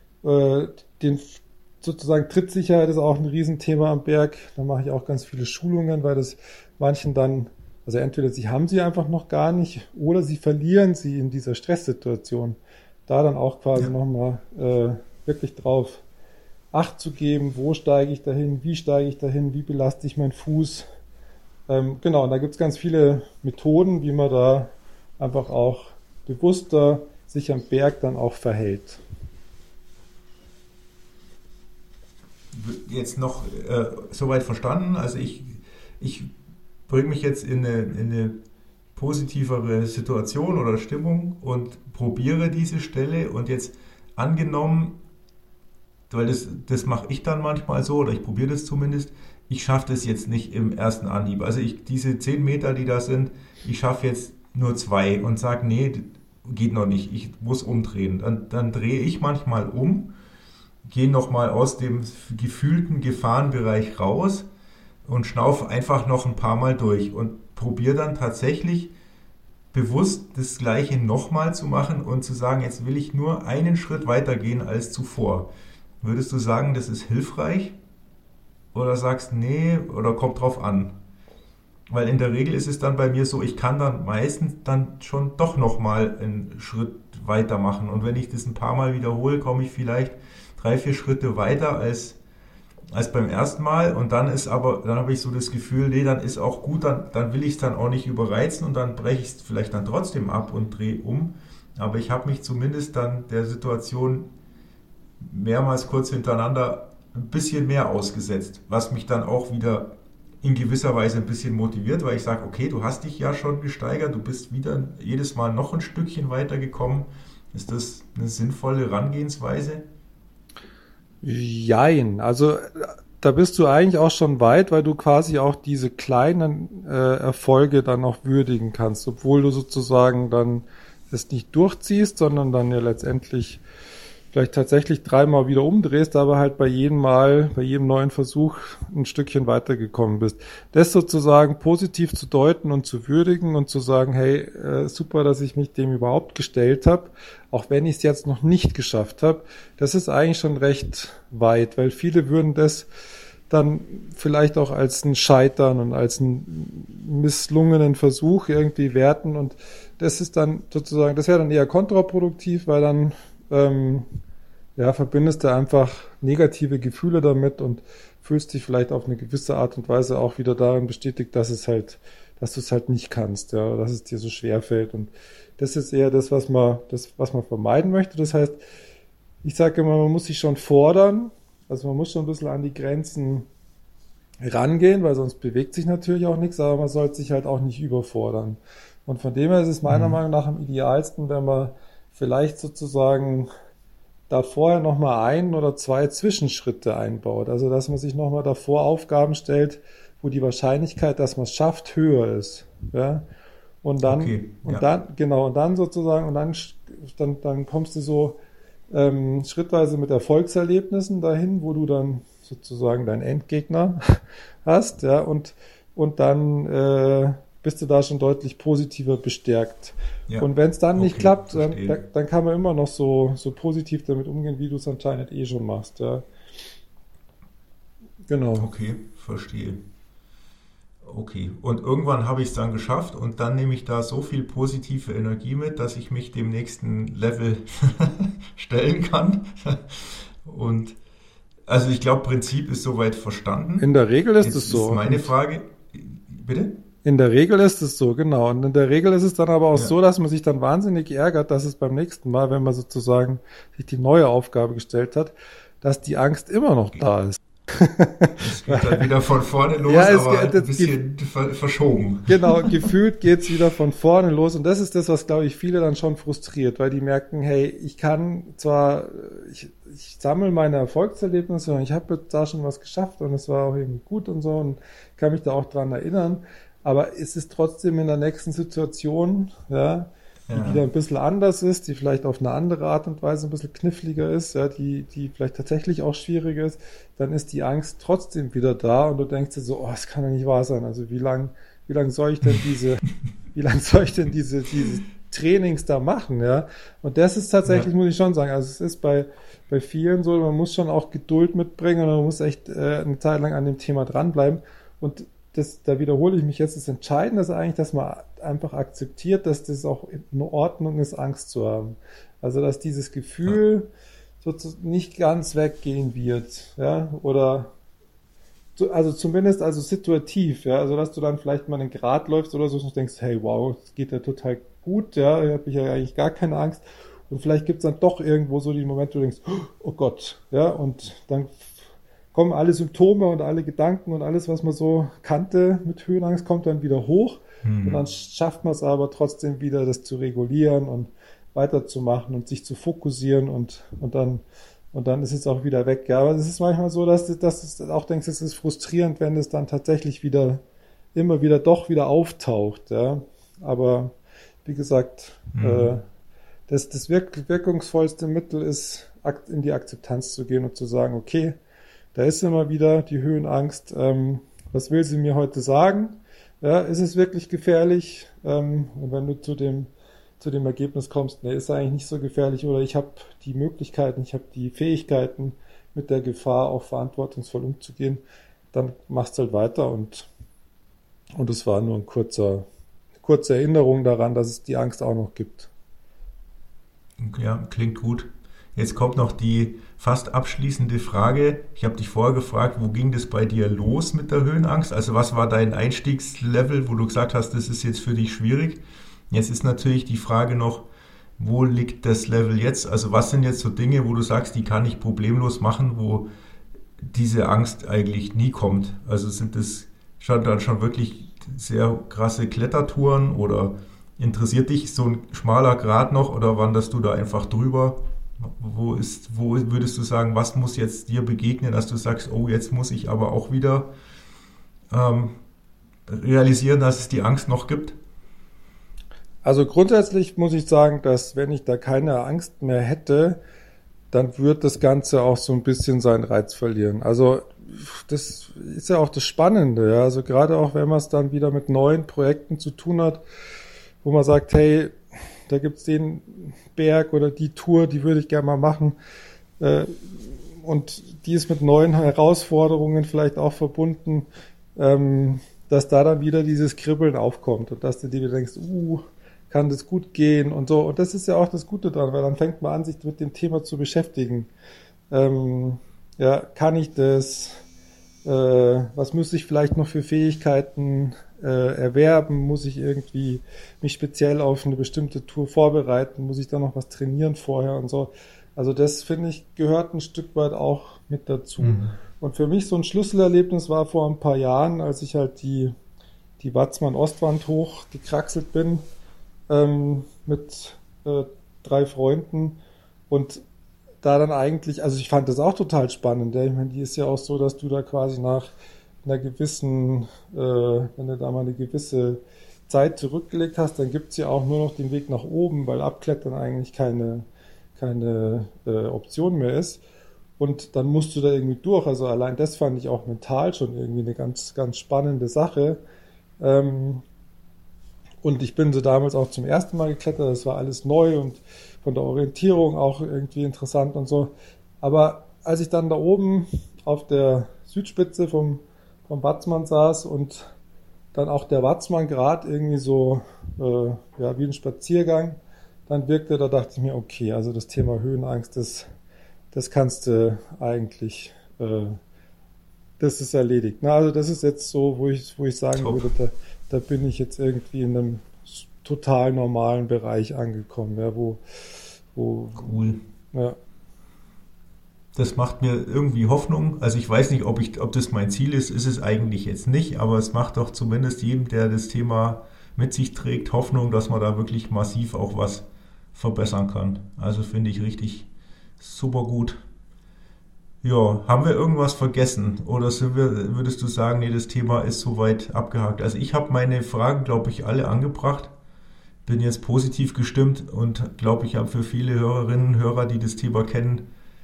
Speaker 1: Sozusagen Trittsicherheit ist auch ein Riesenthema am Berg. Da mache ich auch ganz viele Schulungen, weil das manchen dann, also entweder sie haben sie einfach noch gar nicht oder sie verlieren sie in dieser Stresssituation. Da dann auch quasi nochmal wirklich drauf Acht zu geben, wo steige ich dahin, wie belaste ich meinen Fuß. Genau, und da gibt es ganz viele Methoden, wie man da einfach auch bewusster sich am Berg dann auch verhält.
Speaker 3: Jetzt noch soweit verstanden. Also ich bringe mich jetzt in eine positivere Situation oder Stimmung und probiere diese Stelle und jetzt angenommen, weil das mache ich dann manchmal so oder ich probiere das zumindest, ich schaffe das jetzt nicht im ersten Anhieb. Also diese 10 Meter, die da sind, ich schaffe jetzt nur 2 und sage, nee, geht noch nicht, ich muss umdrehen. Dann drehe ich manchmal um, gehe nochmal aus dem gefühlten Gefahrenbereich raus und schnaufe einfach noch ein paar Mal durch und probiere dann tatsächlich bewusst das Gleiche nochmal zu machen und zu sagen, jetzt will ich nur einen Schritt weiter gehen als zuvor. Würdest du sagen, das ist hilfreich? Oder sagst, nee, oder kommt drauf an? Weil in der Regel ist es dann bei mir so, ich kann dann meistens dann schon doch nochmal einen Schritt weiter machen. Und wenn ich das ein paar Mal wiederhole, komme ich vielleicht 3-4 Schritte weiter als beim ersten Mal. Und dann habe ich so das Gefühl, nee, dann ist auch gut, dann will ich es dann auch nicht überreizen und dann breche ich es vielleicht dann trotzdem ab und drehe um. Aber ich habe mich zumindest dann der Situation mehrmals kurz hintereinander ein bisschen mehr ausgesetzt, was mich dann auch wieder in gewisser Weise ein bisschen motiviert, weil ich sage, okay, du hast dich ja schon gesteigert, du bist wieder jedes Mal noch ein Stückchen weitergekommen. Ist das eine sinnvolle Herangehensweise?
Speaker 1: Jein, also da bist du eigentlich auch schon weit, weil du quasi auch diese kleinen Erfolge dann auch würdigen kannst, obwohl du sozusagen dann es nicht durchziehst, sondern dann ja letztendlich vielleicht tatsächlich 3-mal wieder umdrehst, aber halt bei jedem neuen Versuch ein Stückchen weitergekommen bist. Das sozusagen positiv zu deuten und zu würdigen und zu sagen, hey, super, dass ich mich dem überhaupt gestellt habe, auch wenn ich es jetzt noch nicht geschafft habe, das ist eigentlich schon recht weit, weil viele würden das dann vielleicht auch als ein Scheitern und als einen misslungenen Versuch irgendwie werten und das ist dann sozusagen, das wäre dann eher kontraproduktiv, weil dann verbindest du einfach negative Gefühle damit und fühlst dich vielleicht auf eine gewisse Art und Weise auch wieder darin bestätigt, dass du es halt nicht kannst, ja, dass es dir so schwer fällt. Und das ist eher das, was man vermeiden möchte. Das heißt, ich sage immer, man muss sich schon fordern, also man muss schon ein bisschen an die Grenzen rangehen, weil sonst bewegt sich natürlich auch nichts, aber man sollte sich halt auch nicht überfordern. Und von dem her ist es meiner Meinung nach am idealsten, wenn man vielleicht sozusagen da vorher nochmal 1 oder 2 Zwischenschritte einbaut. Also dass man sich nochmal davor Aufgaben stellt, wo die Wahrscheinlichkeit, dass man es schafft, höher ist. Ja? Und dann, dann kommst du so schrittweise mit Erfolgserlebnissen dahin, wo du dann sozusagen deinen Endgegner hast, ja, und dann bist du da schon deutlich positiver bestärkt.
Speaker 3: Ja.
Speaker 1: Und wenn es dann nicht klappt,
Speaker 3: verstehe.
Speaker 1: dann kann man immer noch so positiv damit umgehen, wie du es anscheinend schon machst. Ja. Genau.
Speaker 3: Okay, verstehe. Okay, und irgendwann habe ich es dann geschafft und dann nehme ich da so viel positive Energie mit, dass ich mich dem nächsten Level stellen kann. Und also ich glaube, Prinzip ist soweit verstanden.
Speaker 1: In der Regel ist
Speaker 3: Jetzt
Speaker 1: es so.
Speaker 3: Ist meine Frage, bitte?
Speaker 1: In der Regel ist es so, genau. Und in der Regel ist es dann aber auch so, dass man sich dann wahnsinnig ärgert, dass es beim nächsten Mal, wenn man sozusagen sich die neue Aufgabe gestellt hat, dass die Angst immer noch da ist.
Speaker 3: Es geht dann wieder von vorne los,
Speaker 1: Ja,
Speaker 3: aber ein bisschen verschoben.
Speaker 1: Genau, gefühlt geht's wieder von vorne los. Und das ist das, was, glaube ich, viele dann schon frustriert, weil die merken, hey, ich kann zwar, ich sammle meine Erfolgserlebnisse und ich habe da schon was geschafft und es war auch irgendwie gut und so und kann mich da auch dran erinnern, aber es ist trotzdem in der nächsten Situation, ja, die wieder ein bisschen anders ist, die vielleicht auf eine andere Art und Weise ein bisschen kniffliger ist, ja, die vielleicht tatsächlich auch schwieriger ist, dann ist die Angst trotzdem wieder da und du denkst dir so, oh, das kann ja nicht wahr sein. Also wie lang soll ich denn diese Trainings da machen, ja? Und das ist tatsächlich, muss ich schon sagen, also es ist bei vielen so, man muss schon auch Geduld mitbringen und man muss echt eine Zeit lang an dem Thema dranbleiben. Und da wiederhole ich mich jetzt, das Entscheidende ist eigentlich, dass man einfach akzeptiert, dass das auch in Ordnung ist, Angst zu haben. Also, dass dieses Gefühl sozusagen nicht ganz weggehen wird, ja, oder, also zumindest also situativ, ja, also, dass du dann vielleicht mal einen Grat läufst oder so und denkst, hey, wow, das geht ja total gut, ja, ich habe ja eigentlich gar keine Angst. Und vielleicht gibt's dann doch irgendwo so die Momente, wo du denkst, oh Gott, ja, und dann kommen alle Symptome und alle Gedanken und alles, was man so kannte mit Höhenangst, kommt dann wieder hoch. Und dann schafft man es aber trotzdem wieder, das zu regulieren und weiterzumachen und sich zu fokussieren und dann ist es auch wieder weg. Ja, aber es ist manchmal so, dass du auch denkst, es ist frustrierend, wenn es dann tatsächlich immer wieder auftaucht. Ja, aber wie gesagt, das wirkungsvollste Mittel ist, in die Akzeptanz zu gehen und zu sagen, okay, da ist immer wieder die Höhenangst. Was will sie mir heute sagen? Ja, ist es wirklich gefährlich? Und wenn du zu dem Ergebnis kommst, nee, ist eigentlich nicht so gefährlich oder ich habe die Möglichkeiten, ich habe die Fähigkeiten, mit der Gefahr auch verantwortungsvoll umzugehen, dann machst du halt weiter und es war nur eine kurze Erinnerung daran, dass es die Angst auch noch gibt.
Speaker 3: Ja, klingt gut. Jetzt kommt noch die fast abschließende Frage. Ich habe dich vorher gefragt, wo ging das bei dir los mit der Höhenangst? Also was war dein Einstiegslevel, wo du gesagt hast, das ist jetzt für dich schwierig? Jetzt ist natürlich die Frage noch, wo liegt das Level jetzt? Also was sind jetzt so Dinge, wo du sagst, die kann ich problemlos machen, wo diese Angst eigentlich nie kommt? Also sind das dann schon wirklich sehr krasse Klettertouren oder interessiert dich so ein schmaler Grat noch oder wanderst du da einfach drüber? Wo würdest du sagen, was muss jetzt dir begegnen, dass du sagst, oh, jetzt muss ich aber auch wieder realisieren, dass es die Angst noch gibt?
Speaker 1: Also grundsätzlich muss ich sagen, dass wenn ich da keine Angst mehr hätte, dann wird das Ganze auch so ein bisschen seinen Reiz verlieren. Also das ist ja auch das Spannende, ja. Also gerade auch, wenn man es dann wieder mit neuen Projekten zu tun hat, wo man sagt, hey, da gibt's den Berg oder die Tour, die würde ich gerne mal machen. Und die ist mit neuen Herausforderungen vielleicht auch verbunden, dass da dann wieder dieses Kribbeln aufkommt und dass du dir denkst, kann das gut gehen und so. Und das ist ja auch das Gute dran, weil dann fängt man an, sich mit dem Thema zu beschäftigen. Kann ich das? Was muss ich vielleicht noch für Fähigkeiten erwerben? Muss ich irgendwie mich speziell auf eine bestimmte Tour vorbereiten? Muss ich da noch was trainieren vorher und so? Also das, finde ich, gehört ein Stück weit auch mit dazu. Und für mich so ein Schlüsselerlebnis war vor ein paar Jahren, als ich halt die Watzmann-Ostwand hoch gekraxelt bin mit 3 Freunden und da dann eigentlich, also ich fand das auch total spannend. Ja? Ich meine, die ist ja auch so, dass du da quasi nach einer gewissen, wenn du da mal eine gewisse Zeit zurückgelegt hast, dann gibt's ja auch nur noch den Weg nach oben, weil Abklettern eigentlich keine Option mehr ist. Und dann musst du da irgendwie durch. Also allein das fand ich auch mental schon irgendwie eine ganz, ganz spannende Sache. Und ich bin so damals auch zum ersten Mal geklettert, das war alles neu und von der Orientierung auch irgendwie interessant und so. Aber als ich dann da oben auf der Südspitze vom Watzmann saß und dann auch der Watzmann gerade irgendwie so wie ein Spaziergang dann wirkte, da dachte ich mir, okay, also das Thema Höhenangst, das kannst du eigentlich, das ist erledigt. Na, also das ist jetzt so, wo ich sagen würde, da bin ich jetzt irgendwie in einem total normalen Bereich angekommen, ja, wo
Speaker 3: cool.
Speaker 1: Ja.
Speaker 3: Das macht mir irgendwie Hoffnung. Also ich weiß nicht, ob das mein Ziel ist es eigentlich jetzt nicht, aber es macht doch zumindest jedem, der das Thema mit sich trägt, Hoffnung, dass man da wirklich massiv auch was verbessern kann. Also finde ich richtig super gut. Ja, haben wir irgendwas vergessen? Oder würdest du sagen, nee, das Thema ist soweit abgehakt? Also ich habe meine Fragen, glaube ich, alle angebracht. Bin jetzt positiv gestimmt und glaube ich, habe für viele Hörerinnen und Hörer, die das Thema kennen,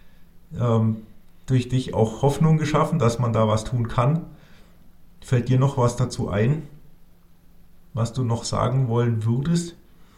Speaker 3: durch dich auch Hoffnung geschaffen, dass man da was tun kann. Fällt dir noch was dazu ein, was du noch sagen wollen würdest?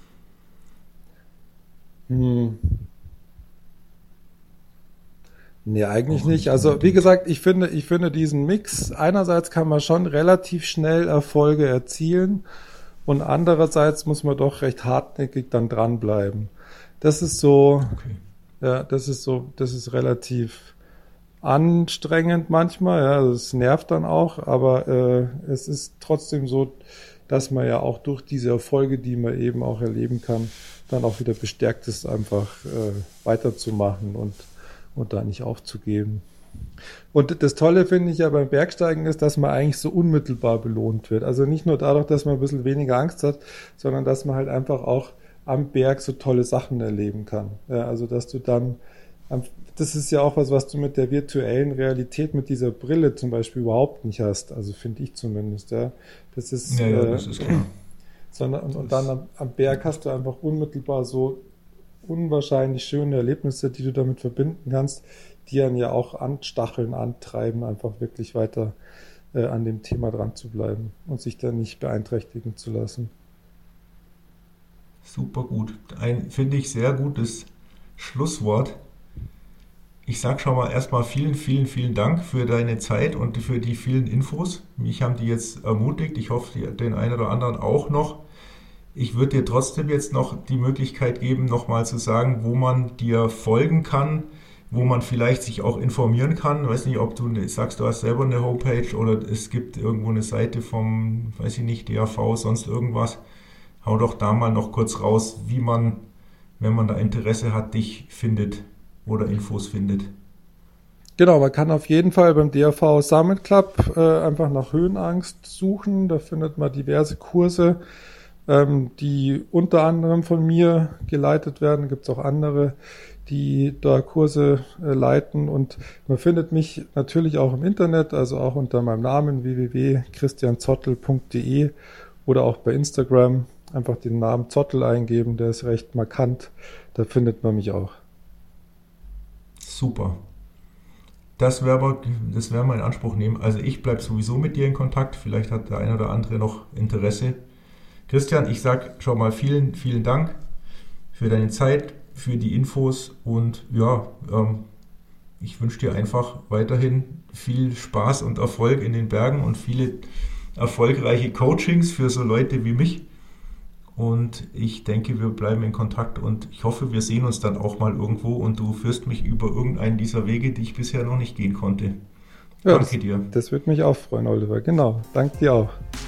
Speaker 1: Nee, eigentlich nicht. Also wie gesagt, ich finde diesen Mix, einerseits kann man schon relativ schnell Erfolge erzielen und andererseits muss man doch recht hartnäckig dann dranbleiben. Das ist so,
Speaker 3: okay.
Speaker 1: Ja, das ist relativ anstrengend manchmal, ja, das nervt dann auch, aber es ist trotzdem so, dass man ja auch durch diese Erfolge, die man eben auch erleben kann, dann auch wieder bestärkt ist, einfach weiterzumachen und da nicht aufzugeben. Und das Tolle finde ich ja beim Bergsteigen ist, dass man eigentlich so unmittelbar belohnt wird. Also nicht nur dadurch, dass man ein bisschen weniger Angst hat, sondern dass man halt einfach auch am Berg so tolle Sachen erleben kann. Ja, also dass du dann, das ist ja auch was du mit der virtuellen Realität, mit dieser Brille zum Beispiel überhaupt nicht hast. Also finde ich zumindest. Ja, das ist,
Speaker 3: das ist klar.
Speaker 1: Und dann am Berg hast du einfach unmittelbar so unwahrscheinlich schöne Erlebnisse, die du damit verbinden kannst, die einen ja auch anstacheln, antreiben, einfach wirklich weiter an dem Thema dran zu bleiben und sich dann nicht beeinträchtigen zu lassen.
Speaker 3: Super gut. Ein, finde ich, sehr gutes Schlusswort. Ich sage schon mal erstmal vielen, vielen, vielen Dank für deine Zeit und für die vielen Infos. Mich haben die jetzt ermutigt. Ich hoffe, den einen oder anderen auch noch. Ich würde dir trotzdem jetzt noch die Möglichkeit geben, nochmal zu sagen, wo man dir folgen kann, wo man vielleicht sich auch informieren kann. Ich weiß nicht, ob du sagst, du hast selber eine Homepage oder es gibt irgendwo eine Seite vom, weiß ich nicht, DAV, sonst irgendwas. Hau doch da mal noch kurz raus, wie man, wenn man da Interesse hat, dich findet oder Infos findet.
Speaker 1: Genau, man kann auf jeden Fall beim DAV Summit Club einfach nach Höhenangst suchen. Da findet man diverse Kurse, die unter anderem von mir geleitet werden. Gibt es auch andere, die da Kurse leiten. Und man findet mich natürlich auch im Internet, also auch unter meinem Namen www.christianzottel.de oder auch bei Instagram. Einfach den Namen Zottel eingeben, der ist recht markant. Da findet man mich auch.
Speaker 3: Super. Das werden wir in Anspruch nehmen. Also ich bleibe sowieso mit dir in Kontakt. Vielleicht hat der eine oder andere noch Interesse. Christian, ich sage schon mal vielen, vielen Dank für deine Zeit, für die Infos und ja, ich wünsche dir einfach weiterhin viel Spaß und Erfolg in den Bergen und viele erfolgreiche Coachings für so Leute wie mich. Und ich denke, wir bleiben in Kontakt und ich hoffe, wir sehen uns dann auch mal irgendwo und du führst mich über irgendeinen dieser Wege, die ich bisher noch nicht gehen konnte.
Speaker 1: Ja,
Speaker 3: Danke dir.
Speaker 1: Das würde mich auch freuen, Oliver. Genau. Danke dir auch.